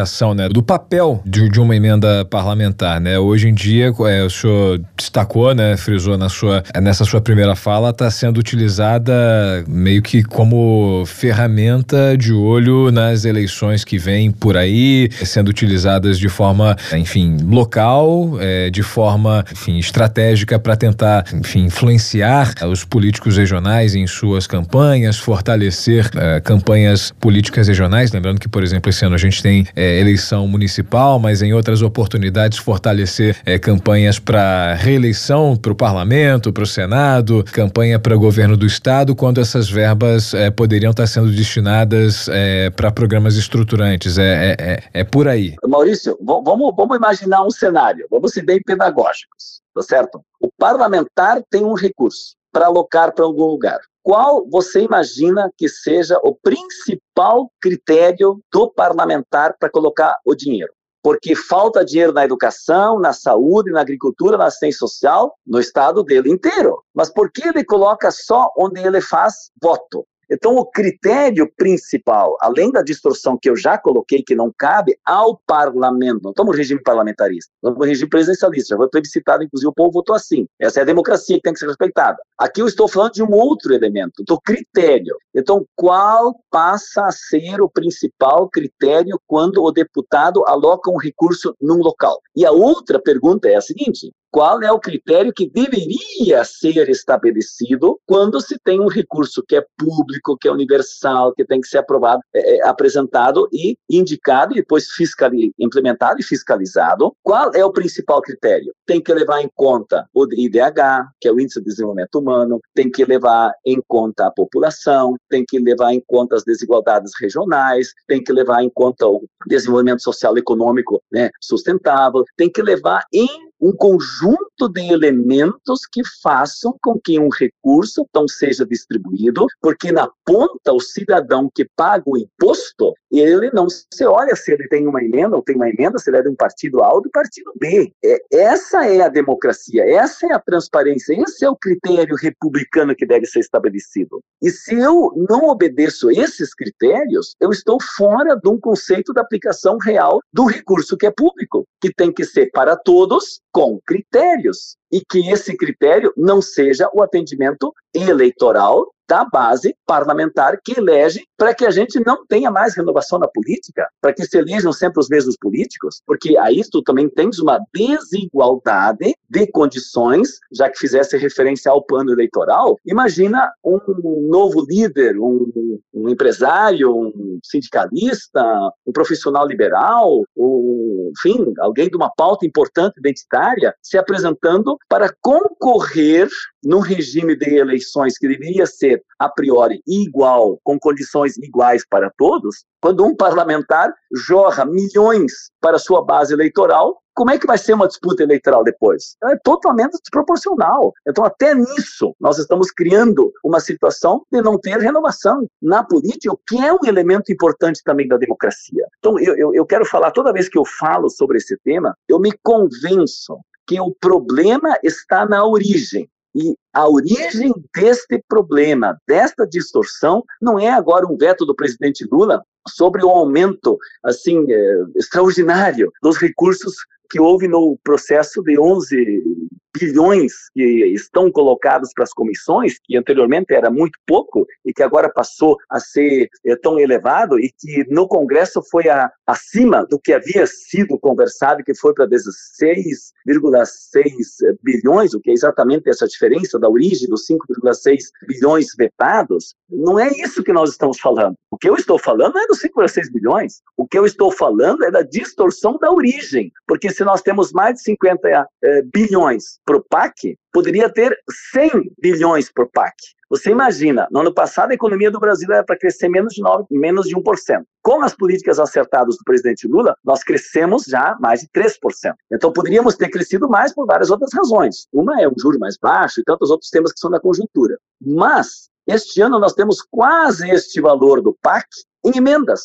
situação, né, do papel de, de uma emenda parlamentar, né? Hoje em dia, é, o senhor destacou, né, frisou na sua, nessa sua primeira fala, está sendo utilizada meio que como ferramenta de olho nas eleições que vêm por aí, sendo utilizadas de forma, enfim, local, é, de forma, enfim, estratégica para tentar, enfim, influenciar os políticos regionais em suas campanhas, fortalecer é, campanhas políticas regionais. Lembrando que, por exemplo, esse ano a gente tem é, eleição municipal, mas em outras oportunidades fortalecer é, campanhas para reeleição para o parlamento, para o Senado, campanha para governo do estado, quando essas verbas é, poderiam estar sendo destinadas é, para programas estruturantes. É, é, é por aí. Maurício, vamos, vamos imaginar um cenário, vamos ser bem pedagógicos, tá certo? O parlamentar tem um recurso para alocar para algum lugar. Qual você imagina que seja o principal critério do parlamentar para colocar o dinheiro? Porque falta dinheiro na educação, na saúde, na agricultura, na assistência social, no estado dele inteiro. Mas por que ele coloca só onde ele faz voto? Então, o critério principal, além da distorção que eu já coloquei, que não cabe ao parlamento, não estamos no regime parlamentarista, estamos no regime presidencialista, já foi plebiscitado, inclusive o povo votou assim. Essa é a democracia que tem que ser respeitada. Aqui eu estou falando de um outro elemento, do critério. Então, qual passa a ser o principal critério quando o deputado aloca um recurso num local? E a outra pergunta é a seguinte: qual é o critério que deveria ser estabelecido quando se tem um recurso que é público, que é universal, que tem que ser aprovado, é, apresentado e indicado e depois fiscali- implementado e fiscalizado? Qual é o principal critério? Tem que levar em conta o I D H, que é o Índice de Desenvolvimento Humano, tem que levar em conta a população, tem que levar em conta as desigualdades regionais, tem que levar em conta o desenvolvimento social e econômico, né, sustentável, tem que levar em um conjunto de elementos que façam com que um recurso então seja distribuído, porque na ponta o cidadão que paga o imposto, ele não se olha se ele tem uma emenda ou tem uma emenda, se ele é de um partido A ou do partido B. É, essa é a democracia, essa é a transparência, esse é o critério republicano que deve ser estabelecido. E se eu não obedeço esses critérios, eu estou fora de um conceito da aplicação real do recurso que é público, que tem que ser para todos, com critérios, e que esse critério não seja o atendimento eleitoral da base parlamentar que elege, para que a gente não tenha mais renovação na política, para que se elejam sempre os mesmos políticos, porque aí tu também tens uma desigualdade de condições, já que fizesse referência ao plano eleitoral. Imagina um novo líder, um, um empresário, um sindicalista, um profissional liberal, um, enfim, alguém de uma pauta importante identitária, se apresentando para concorrer num regime de eleições que deveria ser a priori igual, com condições iguais para todos. Quando um parlamentar jorra milhões para sua base eleitoral, como é que vai ser uma disputa eleitoral depois? É totalmente desproporcional. Então, até nisso, nós estamos criando uma situação de não ter renovação na política, o que é um elemento importante também da democracia. Então, eu, eu, eu quero falar, toda vez que eu falo sobre esse tema, eu me convenço que o problema está na origem. E a origem deste problema, desta distorção, não é agora um veto do presidente Lula sobre o aumento assim, é, extraordinário dos recursos que houve no processo de onze bilhões que estão colocados para as comissões, que anteriormente era muito pouco e que agora passou a ser é, tão elevado, e que no Congresso foi a, acima do que havia sido conversado, que foi para dezesseis vírgula seis bilhões, o que é exatamente essa diferença da origem dos cinco vírgula seis bilhões vetados. Não é isso que nós estamos falando. O que eu estou falando não é dos cinco vírgula seis bilhões. O que eu estou falando é da distorção da origem, porque se nós temos mais de cinquenta eh, bilhões para o P A C, poderia ter cem bilhões para o P A C. Você imagina, no ano passado a economia do Brasil era para crescer menos de, nove, menos de um por cento. Com as políticas acertadas do presidente Lula, nós crescemos já mais de três por cento. Então poderíamos ter crescido mais por várias outras razões. Uma é um juro mais baixo e tantos outros temas que são da conjuntura. Mas este ano nós temos quase este valor do P A C em emendas.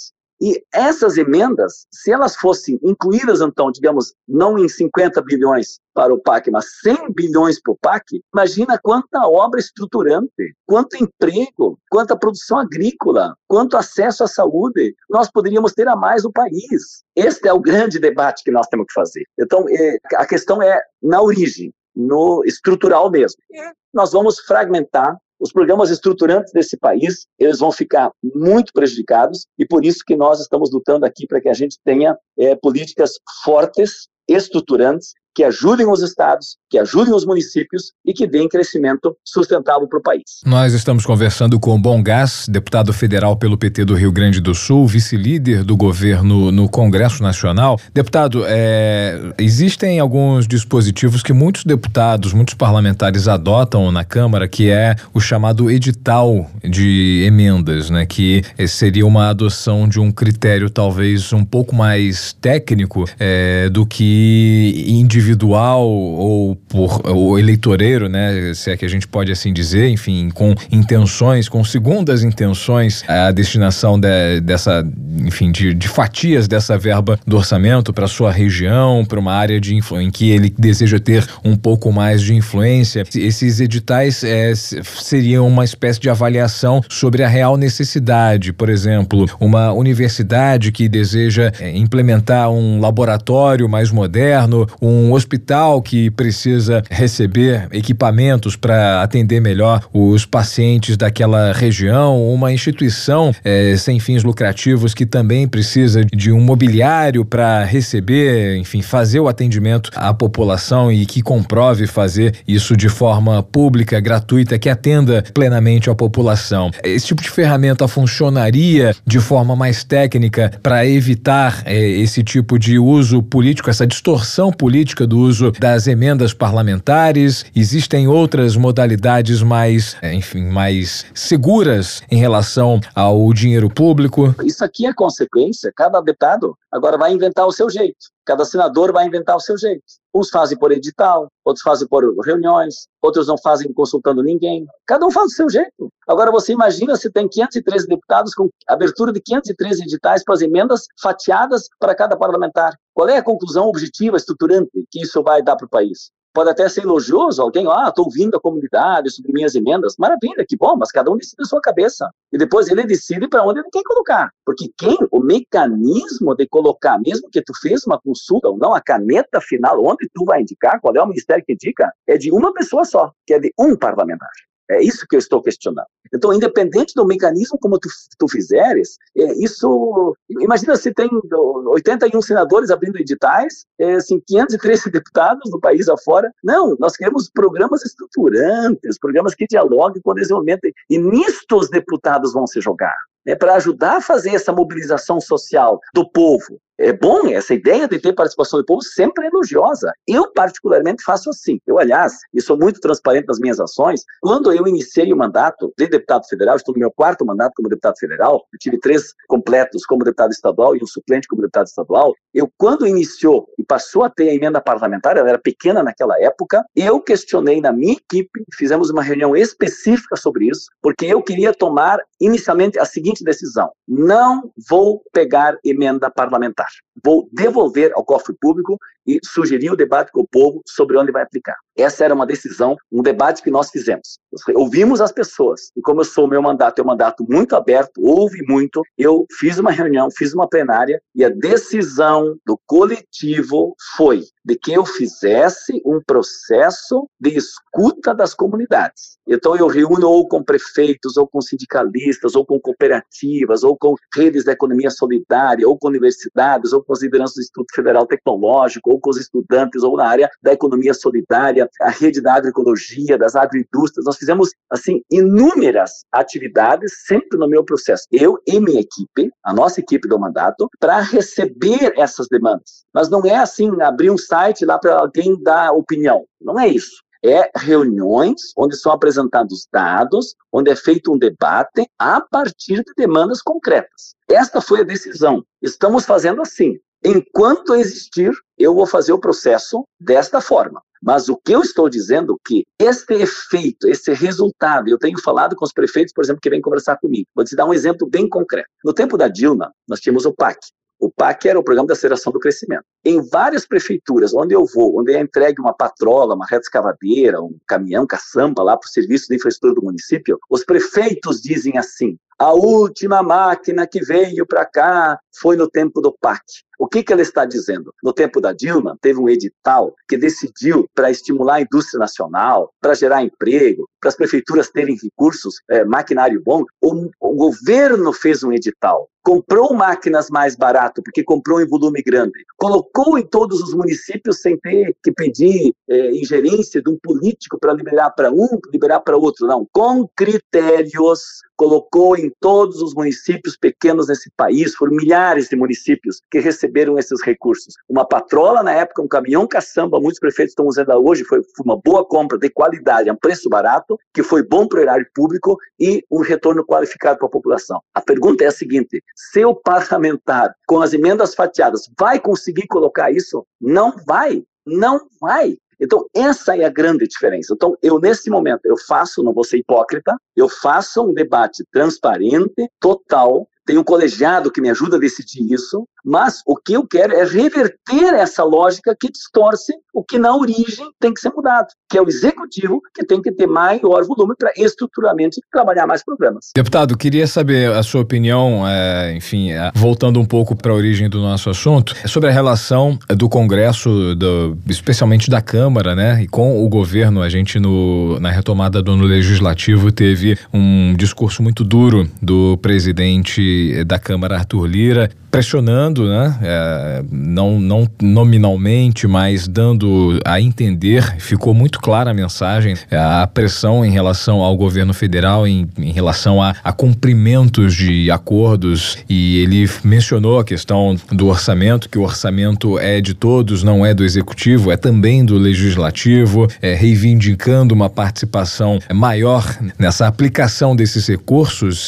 E essas emendas, se elas fossem incluídas, então, digamos, não em cinquenta bilhões para o P A C, mas cem bilhões para o P A C, imagina quanta obra estruturante, quanto emprego, quanta produção agrícola, quanto acesso à saúde nós poderíamos ter a mais no país. Este é o grande debate que nós temos que fazer. Então, é, a questão é na origem, no estrutural mesmo. E nós vamos fragmentar os programas estruturantes desse país, eles vão ficar muito prejudicados e por isso que nós estamos lutando aqui para que a gente tenha é, políticas fortes, estruturantes, que ajudem os estados, que ajudem os municípios e que deem crescimento sustentável para o país. Nós estamos conversando com Bom Gás, deputado federal pelo P T do Rio Grande do Sul, vice-líder do governo no Congresso Nacional. Deputado, é, existem alguns dispositivos que muitos deputados, muitos parlamentares adotam na Câmara, que é o chamado edital de emendas, né? Que seria uma adoção de um critério talvez um pouco mais técnico é, do que individual individual ou por ou eleitoreiro, né, se é que a gente pode assim dizer, enfim, com intenções, com segundas intenções, a destinação de, dessa, enfim, de, de fatias dessa verba do orçamento para sua região, para uma área de influ, em que ele deseja ter um pouco mais de influência. Esses editais é, seriam uma espécie de avaliação sobre a real necessidade, por exemplo, uma universidade que deseja é, implementar um laboratório mais moderno, um hospital que precisa receber equipamentos para atender melhor os pacientes daquela região, uma instituição é, sem fins lucrativos que também precisa de um mobiliário para receber, enfim, fazer o atendimento à população e que comprove fazer isso de forma pública, gratuita, que atenda plenamente a população. Esse tipo de ferramenta funcionaria de forma mais técnica para evitar é, esse tipo de uso político, essa distorção política do uso das emendas parlamentares? Existem outras modalidades mais, enfim, mais seguras em relação ao dinheiro público? Isso aqui é consequência. Cada deputado agora vai inventar o seu jeito. Cada senador vai inventar o seu jeito. Uns fazem por edital, outros fazem por reuniões, outros não fazem consultando ninguém. Cada um faz do seu jeito. Agora você imagina se tem quinhentos e treze deputados com abertura de quinhentos e treze editais para as emendas fatiadas para cada parlamentar. Qual é a conclusão objetiva, estruturante que isso vai dar para o país? Pode até ser elogioso, alguém, ah, estou ouvindo a comunidade sobre minhas emendas. Maravilha, que bom, mas cada um decide a sua cabeça. E depois ele decide para onde ele quer colocar. Porque quem, o mecanismo de colocar, mesmo que tu fez uma consulta ou não, a caneta final, onde tu vai indicar, qual é o ministério que indica, é de uma pessoa só, que é de um parlamentar. É isso que eu estou questionando. Então, independente do mecanismo como tu, tu fizeres, é, isso... Imagina se tem oitenta e um senadores abrindo editais, é, assim, quinhentos e treze deputados do país afora. Não, nós queremos programas estruturantes, programas que dialoguem com o desenvolvimento. E nisto os deputados vão se jogar, né, para ajudar a fazer essa mobilização social do povo. É bom, essa ideia de ter participação do povo sempre é elogiosa. Eu, particularmente, faço assim. Eu, aliás, e sou muito transparente nas minhas ações. Quando eu iniciei o mandato de deputado federal, estou no meu quarto mandato como deputado federal, eu tive três completos como deputado estadual e um suplente como deputado estadual. Eu, quando iniciou e passou a ter a emenda parlamentar, ela era pequena naquela época, eu questionei na minha equipe, fizemos uma reunião específica sobre isso, porque eu queria tomar inicialmente a seguinte decisão: não vou pegar emenda parlamentar. Vou devolver ao cofre público e sugerir o debate com o povo sobre onde vai aplicar. Essa era uma decisão, um debate que nós fizemos. Nós ouvimos as pessoas. E como eu sou, meu mandato é um mandato muito aberto, ouve muito, eu fiz uma reunião, fiz uma plenária e a decisão do coletivo foi de que eu fizesse um processo de escuta das comunidades. Então eu reúno ou com prefeitos, ou com sindicalistas, ou com cooperativas, ou com redes da economia solidária, ou com universidades, ou com as lideranças do Instituto Federal Tecnológico, ou com os estudantes, ou na área da economia solidária, a rede da agroecologia, das agroindústrias. Nós fizemos, assim, inúmeras atividades, sempre no meu processo. Eu e minha equipe, a nossa equipe do mandato, para receber essas demandas. Mas não é assim, abrir um site lá para alguém dar opinião. Não é isso. É reuniões onde são apresentados dados, onde é feito um debate a partir de demandas concretas. Esta foi a decisão. Estamos fazendo assim. enquanto existir, eu vou fazer o processo desta forma. Mas o que eu estou dizendo é que este efeito, esse resultado, eu tenho falado com os prefeitos, por exemplo, que vêm conversar comigo. Vou te dar um exemplo bem concreto. No tempo da Dilma, nós tínhamos o P A C. O P A C era o Programa de Aceleração do Crescimento. Em várias prefeituras, onde eu vou, onde é entregue uma patrola, uma reta escavadeira, um caminhão, caçamba lá para o serviço de infraestrutura do município, os prefeitos dizem assim: a última máquina que veio para cá foi no tempo do P A C. O que, que ela está dizendo? No tempo da Dilma, teve um edital que decidiu para estimular a indústria nacional, para gerar emprego, para as prefeituras terem recursos, é, maquinário bom. O, o governo fez um edital, comprou máquinas mais barato, porque comprou em volume grande, colocou em todos os municípios sem ter que pedir é, ingerência de um político para liberar para um, liberar para outro. Não, com critérios, colocou em todos os municípios pequenos nesse país, foram milhares de municípios que receberam esses recursos. Uma patrola na época, um caminhão caçamba, muitos prefeitos estão usando hoje, foi, foi uma boa compra de qualidade, a um preço barato, que foi bom para o erário público e um retorno qualificado para a população. A pergunta é a seguinte: se o parlamentar, com as emendas fatiadas, vai conseguir colocar isso? Não vai, não vai. Então, essa é a grande diferença. Então, eu, nesse momento, eu faço, não vou ser hipócrita, eu faço um debate transparente, total, tenho um colegiado que me ajuda a decidir isso, mas o que eu quero é reverter essa lógica que distorce o que na origem tem que ser mudado, que é o executivo que tem que ter maior volume para estruturalmente trabalhar mais programas. Deputado, queria saber a sua opinião, é, enfim, é, voltando um pouco para a origem do nosso assunto, sobre a relação do Congresso, do, especialmente da Câmara, né, e com o governo. A gente, no, na retomada do ano legislativo, teve um discurso muito duro do presidente da Câmara, Arthur Lira, pressionando, né, é, não, não nominalmente, mas dando a entender, ficou muito clara a mensagem, a pressão em relação ao governo federal, em, em relação a, a cumprimentos de acordos, e ele mencionou a questão do orçamento, que o orçamento é de todos, não é do executivo, é também do legislativo, é, reivindicando uma participação maior nessa aplicação desses recursos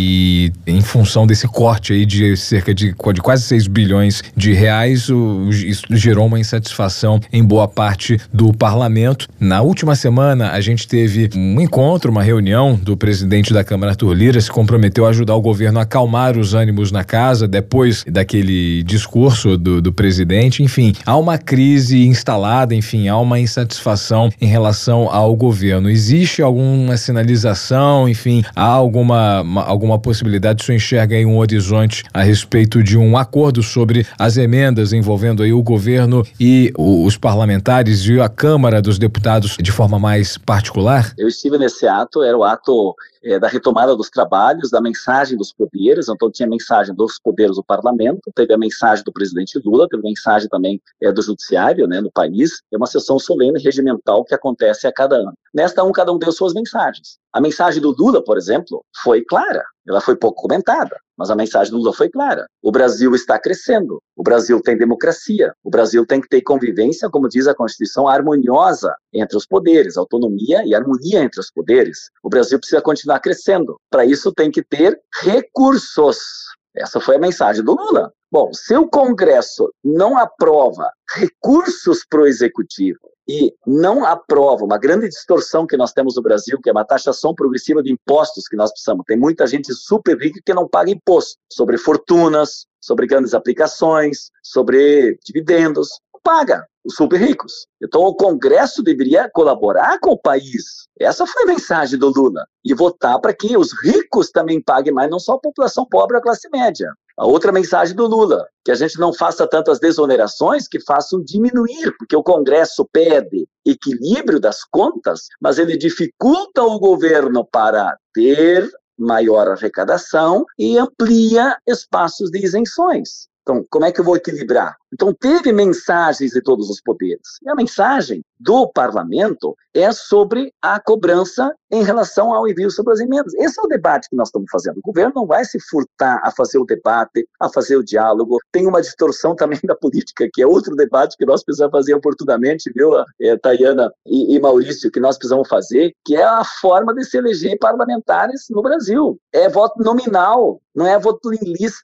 e em função desse corte aí de cerca de de quase seis bilhões de reais, o, isso gerou uma insatisfação em boa parte do parlamento. Na última semana, a gente teve um encontro, uma reunião do presidente da Câmara, Arthur Lira, se comprometeu a ajudar o governo a acalmar os ânimos na casa, depois daquele discurso do, do presidente. Enfim, há uma crise instalada, enfim, há uma insatisfação em relação ao governo. Existe alguma sinalização, enfim, há alguma, uma, alguma possibilidade, o senhor enxerga aí um horizonte a respeito de um acordo sobre as emendas envolvendo aí o governo e o, os parlamentares e a Câmara dos Deputados de forma mais particular? Eu estive nesse ato, era o ato é, da retomada dos trabalhos, da mensagem dos poderes. Então tinha a mensagem dos poderes do parlamento, teve a mensagem do presidente Lula, teve a mensagem também é, do judiciário, né, no país. É uma sessão solene regimental que acontece a cada ano. Nesta um, cada um deu suas mensagens. A mensagem do Lula, por exemplo, foi clara. Ela foi pouco comentada, mas a mensagem do Lula foi clara. O Brasil está crescendo, o Brasil tem democracia, o Brasil tem que ter convivência, como diz a Constituição, harmoniosa entre os poderes, autonomia e harmonia entre os poderes. O Brasil precisa continuar crescendo. Para isso tem que ter recursos. Essa foi a mensagem do Lula. Bom, se o Congresso não aprova recursos para o Executivo e não aprova uma grande distorção que nós temos no Brasil, que é uma taxação progressiva de impostos que nós precisamos. Tem muita gente super rica que não paga imposto sobre fortunas, sobre grandes aplicações, sobre dividendos. Paga os super ricos. Então o Congresso deveria colaborar com o país. Essa foi a mensagem do Lula. E votar para que os ricos também paguem mais, não só a população pobre, a classe média. A outra mensagem do Lula, que a gente não faça tantas desonerações que façam diminuir, porque o Congresso pede equilíbrio das contas, mas ele dificulta o governo para ter maior arrecadação e amplia espaços de isenções. Então, como é que eu vou equilibrar? Então, teve mensagens de todos os poderes. E a mensagem do parlamento é sobre a cobrança em relação ao envio sobre as emendas. Esse é o debate que nós estamos fazendo. O governo não vai se furtar a fazer o debate, a fazer o diálogo. Tem uma distorção também da política, que é outro debate que nós precisamos fazer oportunamente, viu, é, Tayana e, e Maurício, que nós precisamos fazer, que é a forma de se eleger parlamentares no Brasil. É voto nominal, não é voto em lista.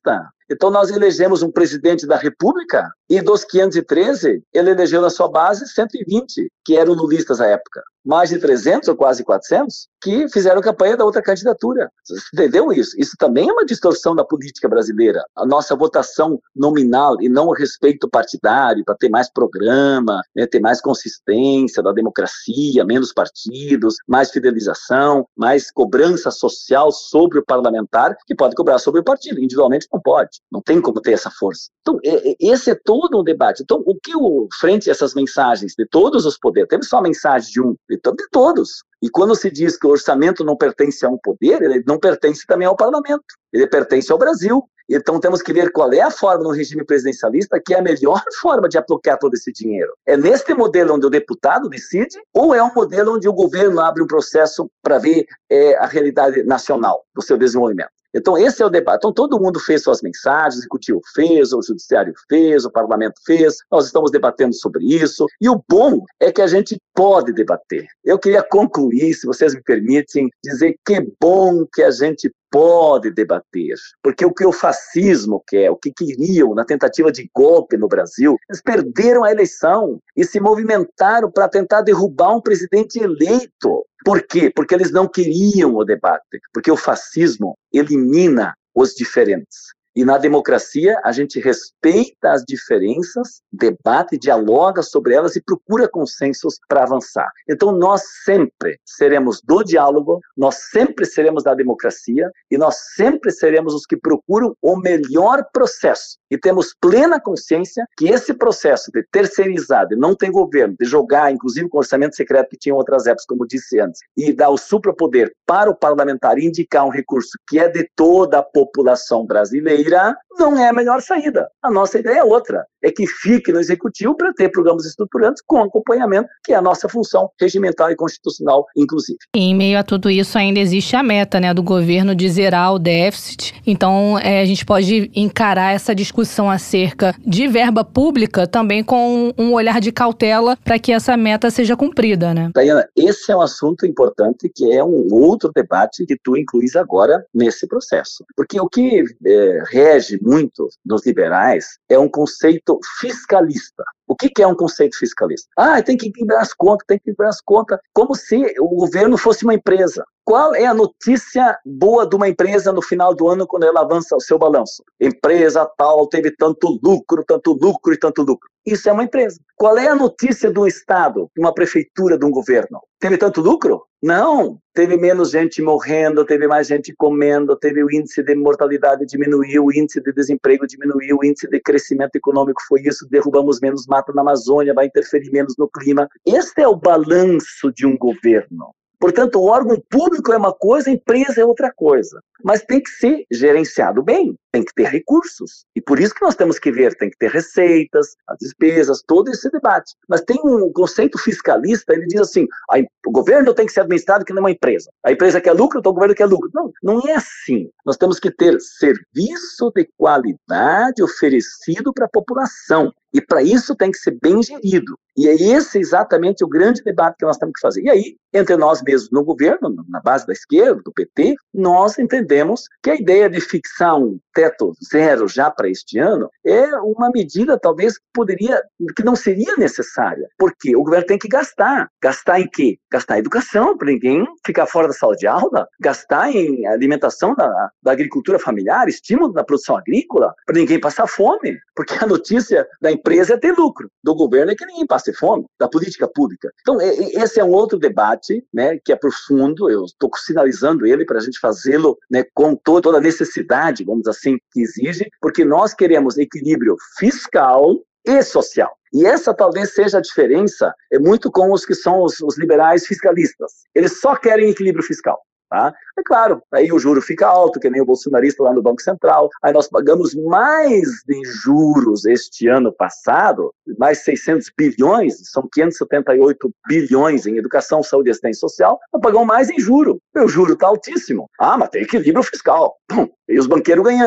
Então nós elegemos um presidente da República e dos quinhentos e treze, ele elegeu na sua base cento e vinte, que eram lulistas à época. Mais de trezentos ou quase quatrocentos que fizeram campanha da outra candidatura. Você entendeu isso? Isso também é uma distorção da política brasileira. A nossa votação nominal e não o respeito partidário para ter mais programa, né, ter mais consistência da democracia, menos partidos, mais fidelização, mais cobrança social sobre o parlamentar, que pode cobrar sobre o partido. Individualmente não pode. Não tem como ter essa força. Então, esse é todo um debate. Então, o que o, frente a essas mensagens de todos os poderes, teve só a mensagem de um, de todos. E quando se diz que o orçamento não pertence a um poder, ele não pertence também ao parlamento. Ele pertence ao Brasil. Então temos que ver qual é a forma no regime presidencialista que é a melhor forma de aplicar todo esse dinheiro. É neste modelo onde o deputado decide ou é um modelo onde o governo abre um processo para ver é, a realidade nacional do seu desenvolvimento? Então esse é o debate. Então todo mundo fez suas mensagens, o executivo fez, o judiciário fez, o parlamento fez, nós estamos debatendo sobre isso, e o bom é que a gente pode debater. Eu queria concluir, se vocês me permitem, dizer que bom que a gente pode debater, porque o que o fascismo quer, o que queriam na tentativa de golpe no Brasil, eles perderam a eleição e se movimentaram para tentar derrubar um presidente eleito. Por quê? Porque eles não queriam o debate, porque o fascismo elimina os diferentes. E na democracia, a gente respeita as diferenças, debate, dialoga sobre elas e procura consensos para avançar. Então, nós sempre seremos do diálogo, nós sempre seremos da democracia e nós sempre seremos os que procuram o melhor processo. E temos plena consciência que esse processo de terceirizar, de não ter governo, de jogar, inclusive com orçamento secreto que tinha em outras épocas, como disse antes, e dar o suprapoder para o parlamentar e indicar um recurso que é de toda a população brasileira, não é a melhor saída. A nossa ideia é outra, é que fique no executivo para ter programas estruturantes com acompanhamento, que é a nossa função regimental e constitucional, inclusive. E em meio a tudo isso ainda existe a meta, né, do governo de zerar o déficit. Então é, a gente pode encarar essa discussão acerca de verba pública também com um olhar de cautela para que essa meta seja cumprida, né? Tayana, esse é um assunto importante que é um outro debate que tu incluís agora nesse processo. Porque o que é, rege muito nos liberais é um conceito fiscalista. O que é um conceito fiscalista? Ah, tem que equilibrar as contas, tem que equilibrar as contas, como se o governo fosse uma empresa. Qual é a notícia boa de uma empresa no final do ano quando ela avança o seu balanço? Empresa tal teve tanto lucro, tanto lucro e tanto lucro. Isso é uma empresa. Qual é a notícia de um estado, de uma prefeitura, de um governo? Teve tanto lucro? Não. Teve menos gente morrendo, teve mais gente comendo, teve o índice de mortalidade diminuiu, o índice de desemprego diminuiu, o índice de crescimento econômico foi isso, derrubamos menos mata na Amazônia, vai interferir menos no clima. Este é o balanço de um governo. Portanto, o órgão público é uma coisa, a empresa é outra coisa. Mas tem que ser gerenciado bem, tem que ter recursos. E por isso que nós temos que ver, tem que ter receitas, as despesas, todo esse debate. Mas tem um conceito fiscalista, ele diz assim, a, o governo tem que ser administrado que não é uma empresa. A empresa quer lucro, então o governo quer lucro. Não, não é assim. Nós temos que ter serviço de qualidade oferecido para a população. E para isso tem que ser bem gerido. E é esse exatamente o grande debate que nós temos que fazer. E aí, entre nós mesmos no governo, na base da esquerda, do P T, nós entendemos que a ideia de fixar um teto zero já para este ano é uma medida talvez que poderia, que não seria necessária. Porque o governo tem que gastar. Gastar em quê? Gastar em educação, para ninguém ficar fora da sala de aula. Gastar em alimentação da, da agricultura familiar, estímulo da produção agrícola, para ninguém passar fome. Porque a notícia da empresa é ter lucro. Do governo é que ninguém passe fome. Da política pública. Então, esse é um outro debate, né, que é profundo. Eu estou sinalizando ele para a gente fazê-lo, né, com toda a necessidade, vamos assim, que exige, porque nós queremos equilíbrio fiscal e social. E essa talvez seja a diferença é muito com os que são os, os liberais fiscalistas. Eles só querem equilíbrio fiscal. Tá? É claro, aí o juro fica alto, que nem o bolsonarista lá no Banco Central, aí nós pagamos mais de juros este ano passado, mais seiscentos bilhões, são quinhentos e setenta e oito bilhões em educação, saúde e assistência social, nós pagamos mais em juro, o juro está altíssimo. Ah, mas tem equilíbrio fiscal, Pum, e os banqueiros ganhando.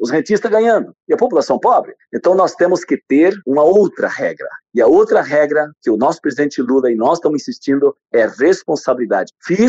os rentistas ganhando e a população pobre. Então nós temos que ter uma outra regra. E a outra regra que o nosso presidente Lula e nós estamos insistindo é responsabilidade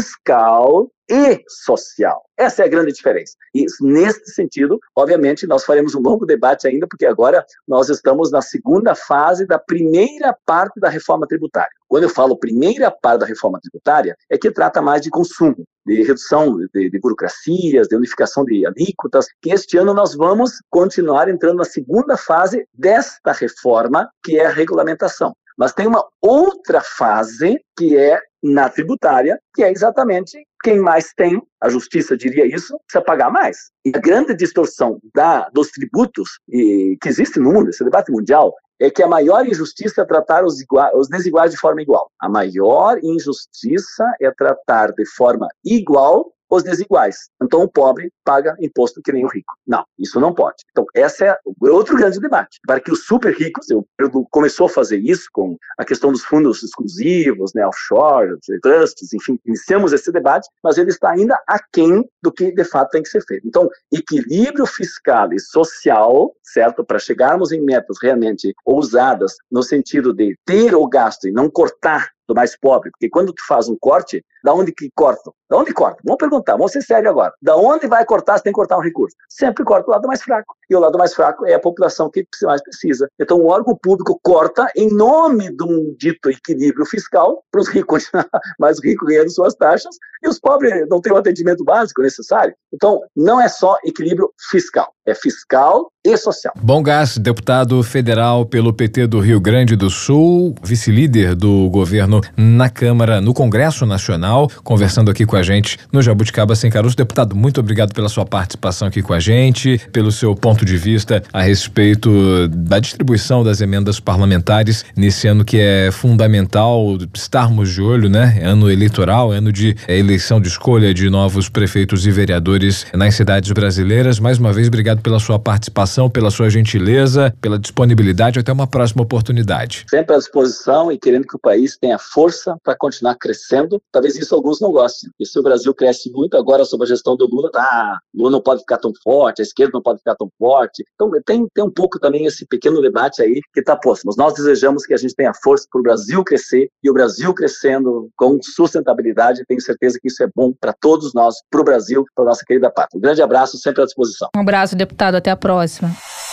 fiscal e social. Essa é a grande diferença. E nesse sentido, obviamente, nós faremos um longo debate ainda, porque agora nós estamos na segunda fase da primeira parte da reforma tributária. Quando eu falo primeira parte da reforma tributária, é que trata mais de consumo, de redução de, de burocracias, de unificação de alíquotas, que este ano nós vamos continuar entrando na segunda fase desta reforma, que é a regulamentação. Mas tem uma outra fase, que é na tributária, que é exatamente quem mais tem, a justiça diria isso, precisa pagar mais. E a grande distorção da, dos tributos e, que existe no mundo, esse debate mundial, é que a maior injustiça é tratar os, igua- os desiguais de forma igual. A maior injustiça é tratar de forma igual os desiguais. Então o pobre paga imposto que nem o rico. Não, isso não pode. Então esse é outro grande debate. Para que os super ricos, eu, eu começou a fazer isso com a questão dos fundos exclusivos, né, offshore, trusts, enfim, iniciamos esse debate, mas ele está ainda aquém do que de fato tem que ser feito. Então, equilíbrio fiscal e social, certo, para chegarmos em metas realmente ousadas no sentido de ter o gasto e não cortar do mais pobre, porque quando tu faz um corte, da onde que cortam? Da onde cortam? Vamos perguntar, vamos ser sérios agora. Da onde vai cortar se tem que cortar um recurso? Sempre corta o lado mais fraco. E o lado mais fraco é a população que mais precisa. Então o órgão público corta em nome de um dito equilíbrio fiscal para os ricos continuar mais ricos ganhando suas taxas e os pobres não têm o atendimento básico necessário. Então não é só equilíbrio fiscal, é fiscal e social. Bom Gás, deputado federal pelo P T do Rio Grande do Sul, vice-líder do governo na Câmara, no Congresso Nacional, conversando aqui com a gente no Jabuticaba Sem Caroço. Deputado, muito obrigado pela sua participação aqui com a gente, pelo seu ponto de vista a respeito da distribuição das emendas parlamentares nesse ano que é fundamental estarmos de olho, né? Ano eleitoral, ano de é, eleição de escolha de novos prefeitos e vereadores nas cidades brasileiras. Mais uma vez, obrigado pela sua participação, pela sua gentileza, pela disponibilidade. Até uma próxima oportunidade. Sempre à disposição e querendo que o país tenha força para continuar crescendo. Talvez isso alguns não gostem. E se o Brasil cresce muito agora sob a gestão do Lula, tá, Lula não pode ficar tão forte, a esquerda não pode ficar tão forte. Então tem, tem um pouco também esse pequeno debate aí que está posto. Mas nós desejamos que a gente tenha força para o Brasil crescer, e o Brasil crescendo com sustentabilidade, tenho certeza que isso é bom para todos nós, para o Brasil, para a nossa querida pátria. Um grande abraço, sempre à disposição. Um abraço, deputado. Até a próxima.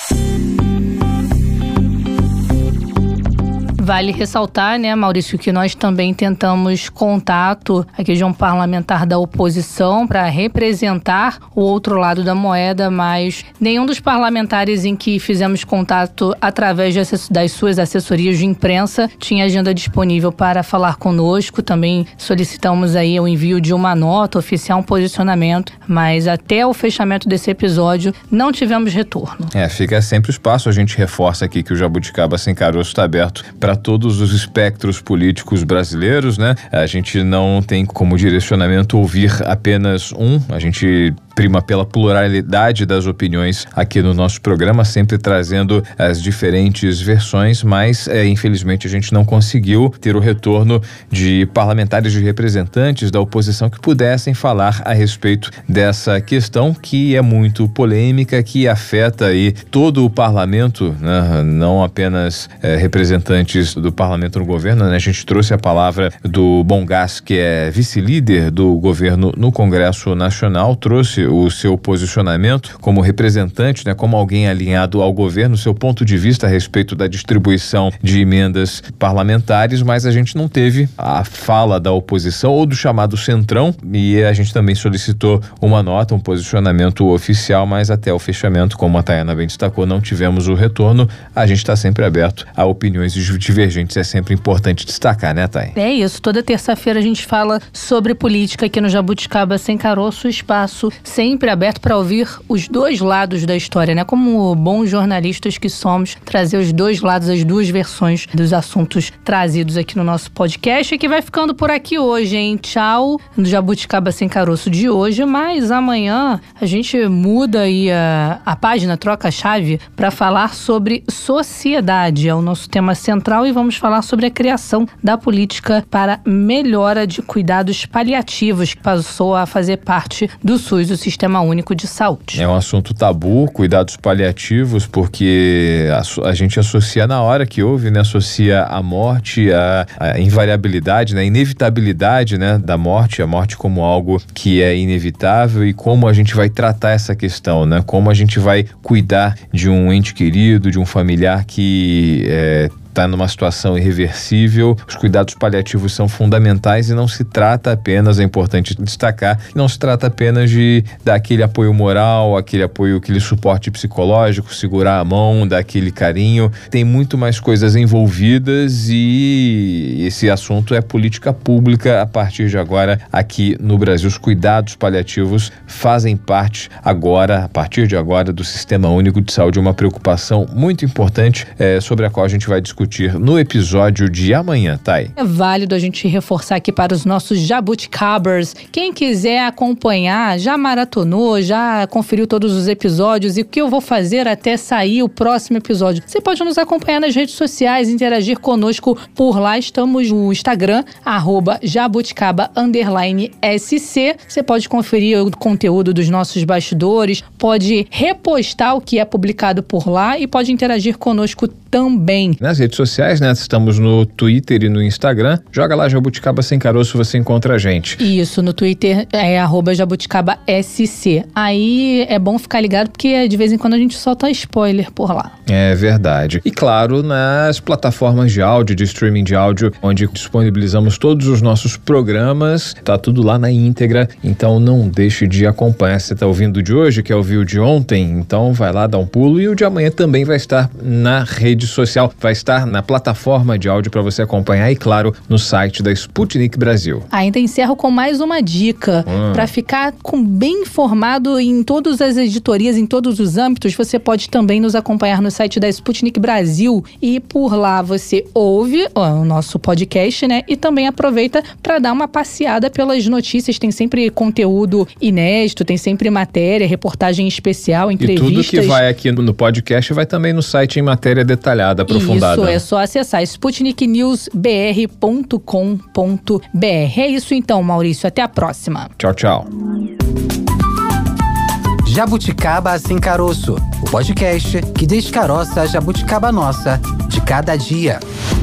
Vale ressaltar, né, Maurício, que nós também tentamos contato aqui de um parlamentar da oposição para representar o outro lado da moeda, mas nenhum dos parlamentares em que fizemos contato através das suas assessorias de imprensa tinha agenda disponível para falar conosco. Também solicitamos aí o envio de uma nota oficial, um posicionamento, mas até o fechamento desse episódio não tivemos retorno. É, fica sempre o espaço. A gente reforça aqui que o Jabuticaba Sem Caroço está aberto para todos os espectros políticos brasileiros, né? A gente não tem como direcionamento ouvir apenas um, a gente prima pela pluralidade das opiniões aqui no nosso programa, sempre trazendo as diferentes versões, mas é, infelizmente a gente não conseguiu ter o retorno de parlamentares, de representantes da oposição que pudessem falar a respeito dessa questão que é muito polêmica, que afeta aí todo o parlamento, né? Não apenas é, representantes do parlamento no governo, né? A gente trouxe a palavra do Bom Gás, que é vice-líder do governo no Congresso Nacional, trouxe o seu posicionamento como representante, né, como alguém alinhado ao governo, seu ponto de vista a respeito da distribuição de emendas parlamentares, mas a gente não teve a fala da oposição ou do chamado centrão, e a gente também solicitou uma nota, um posicionamento oficial, mas até o fechamento, como a Tayana bem destacou, não tivemos o retorno. A gente está sempre aberto a opiniões divergentes, é sempre importante destacar, né, Thay? É isso, toda terça-feira a gente fala sobre política aqui no Jabuticaba Sem Caroço, espaço sempre aberto para ouvir os dois lados da história, né? Como bons jornalistas que somos, trazer os dois lados, as duas versões dos assuntos trazidos aqui no nosso podcast, que vai ficando por aqui hoje, hein? Tchau do Jabuticaba Sem Caroço de hoje, mas amanhã a gente muda aí a, a página, troca a chave para falar sobre sociedade, é o nosso tema central, e vamos falar sobre a criação da política para melhora de cuidados paliativos, que passou a fazer parte do SUS. Sistema Único de Saúde. É um assunto tabu, cuidados paliativos, porque a, a gente associa na hora que houve, né, associa a morte, a, a invariabilidade, né, a inevitabilidade, né, da morte, a morte como algo que é inevitável e como a gente vai tratar essa questão, né, como a gente vai cuidar de um ente querido, de um familiar que é, está numa situação irreversível. Os cuidados paliativos são fundamentais e não se trata apenas, é importante destacar, não se trata apenas de dar aquele apoio moral, aquele apoio, aquele suporte psicológico, segurar a mão, dar aquele carinho. Tem muito mais coisas envolvidas e esse assunto é política pública a partir de agora aqui no Brasil. Os cuidados paliativos fazem parte agora, a partir de agora, do Sistema Único de Saúde, uma preocupação muito importante é, sobre a qual a gente vai discutir no episódio de amanhã, Thay. É válido a gente reforçar aqui para os nossos jabuticabers. Quem quiser acompanhar, já maratonou, já conferiu todos os episódios e o que eu vou fazer até sair o próximo episódio. Você pode nos acompanhar nas redes sociais, interagir conosco por lá. Estamos no Instagram, arroba jabuticaba underline sc. Você pode conferir o conteúdo dos nossos bastidores, pode repostar o que é publicado por lá e pode interagir conosco também. Nas redes sociais, né? Estamos no Twitter e no Instagram. Joga lá Jabuticaba Sem Caroço, você encontra a gente. Isso, no Twitter é arroba jabuticaba sc. Aí é bom ficar ligado porque de vez em quando a gente solta spoiler por lá. É verdade. E claro, nas plataformas de áudio, de streaming de áudio, onde disponibilizamos todos os nossos programas, tá tudo lá na íntegra, então não deixe de acompanhar. Você tá ouvindo o de hoje, quer ouvir o de ontem? Então vai lá, dá um pulo, e o de amanhã também vai estar na rede social, vai estar na plataforma de áudio para você acompanhar e, claro, no site da Sputnik Brasil. Ainda encerro com mais uma dica. Hum. Para ficar com bem informado em todas as editorias, em todos os âmbitos, você pode também nos acompanhar no site da Sputnik Brasil e por lá você ouve ó, o nosso podcast, né? E também aproveita para dar uma passeada pelas notícias. Tem sempre conteúdo inédito, tem sempre matéria, reportagem especial, entrevistas. E tudo que vai aqui no podcast vai também no site em matéria detalhada, aprofundada. Isso, é só acessar sputnik news b r ponto com ponto b r. É isso então, Maurício. Até a próxima. Tchau, tchau. Jabuticaba Sem Caroço, o podcast que descaroça a jabuticaba nossa de cada dia.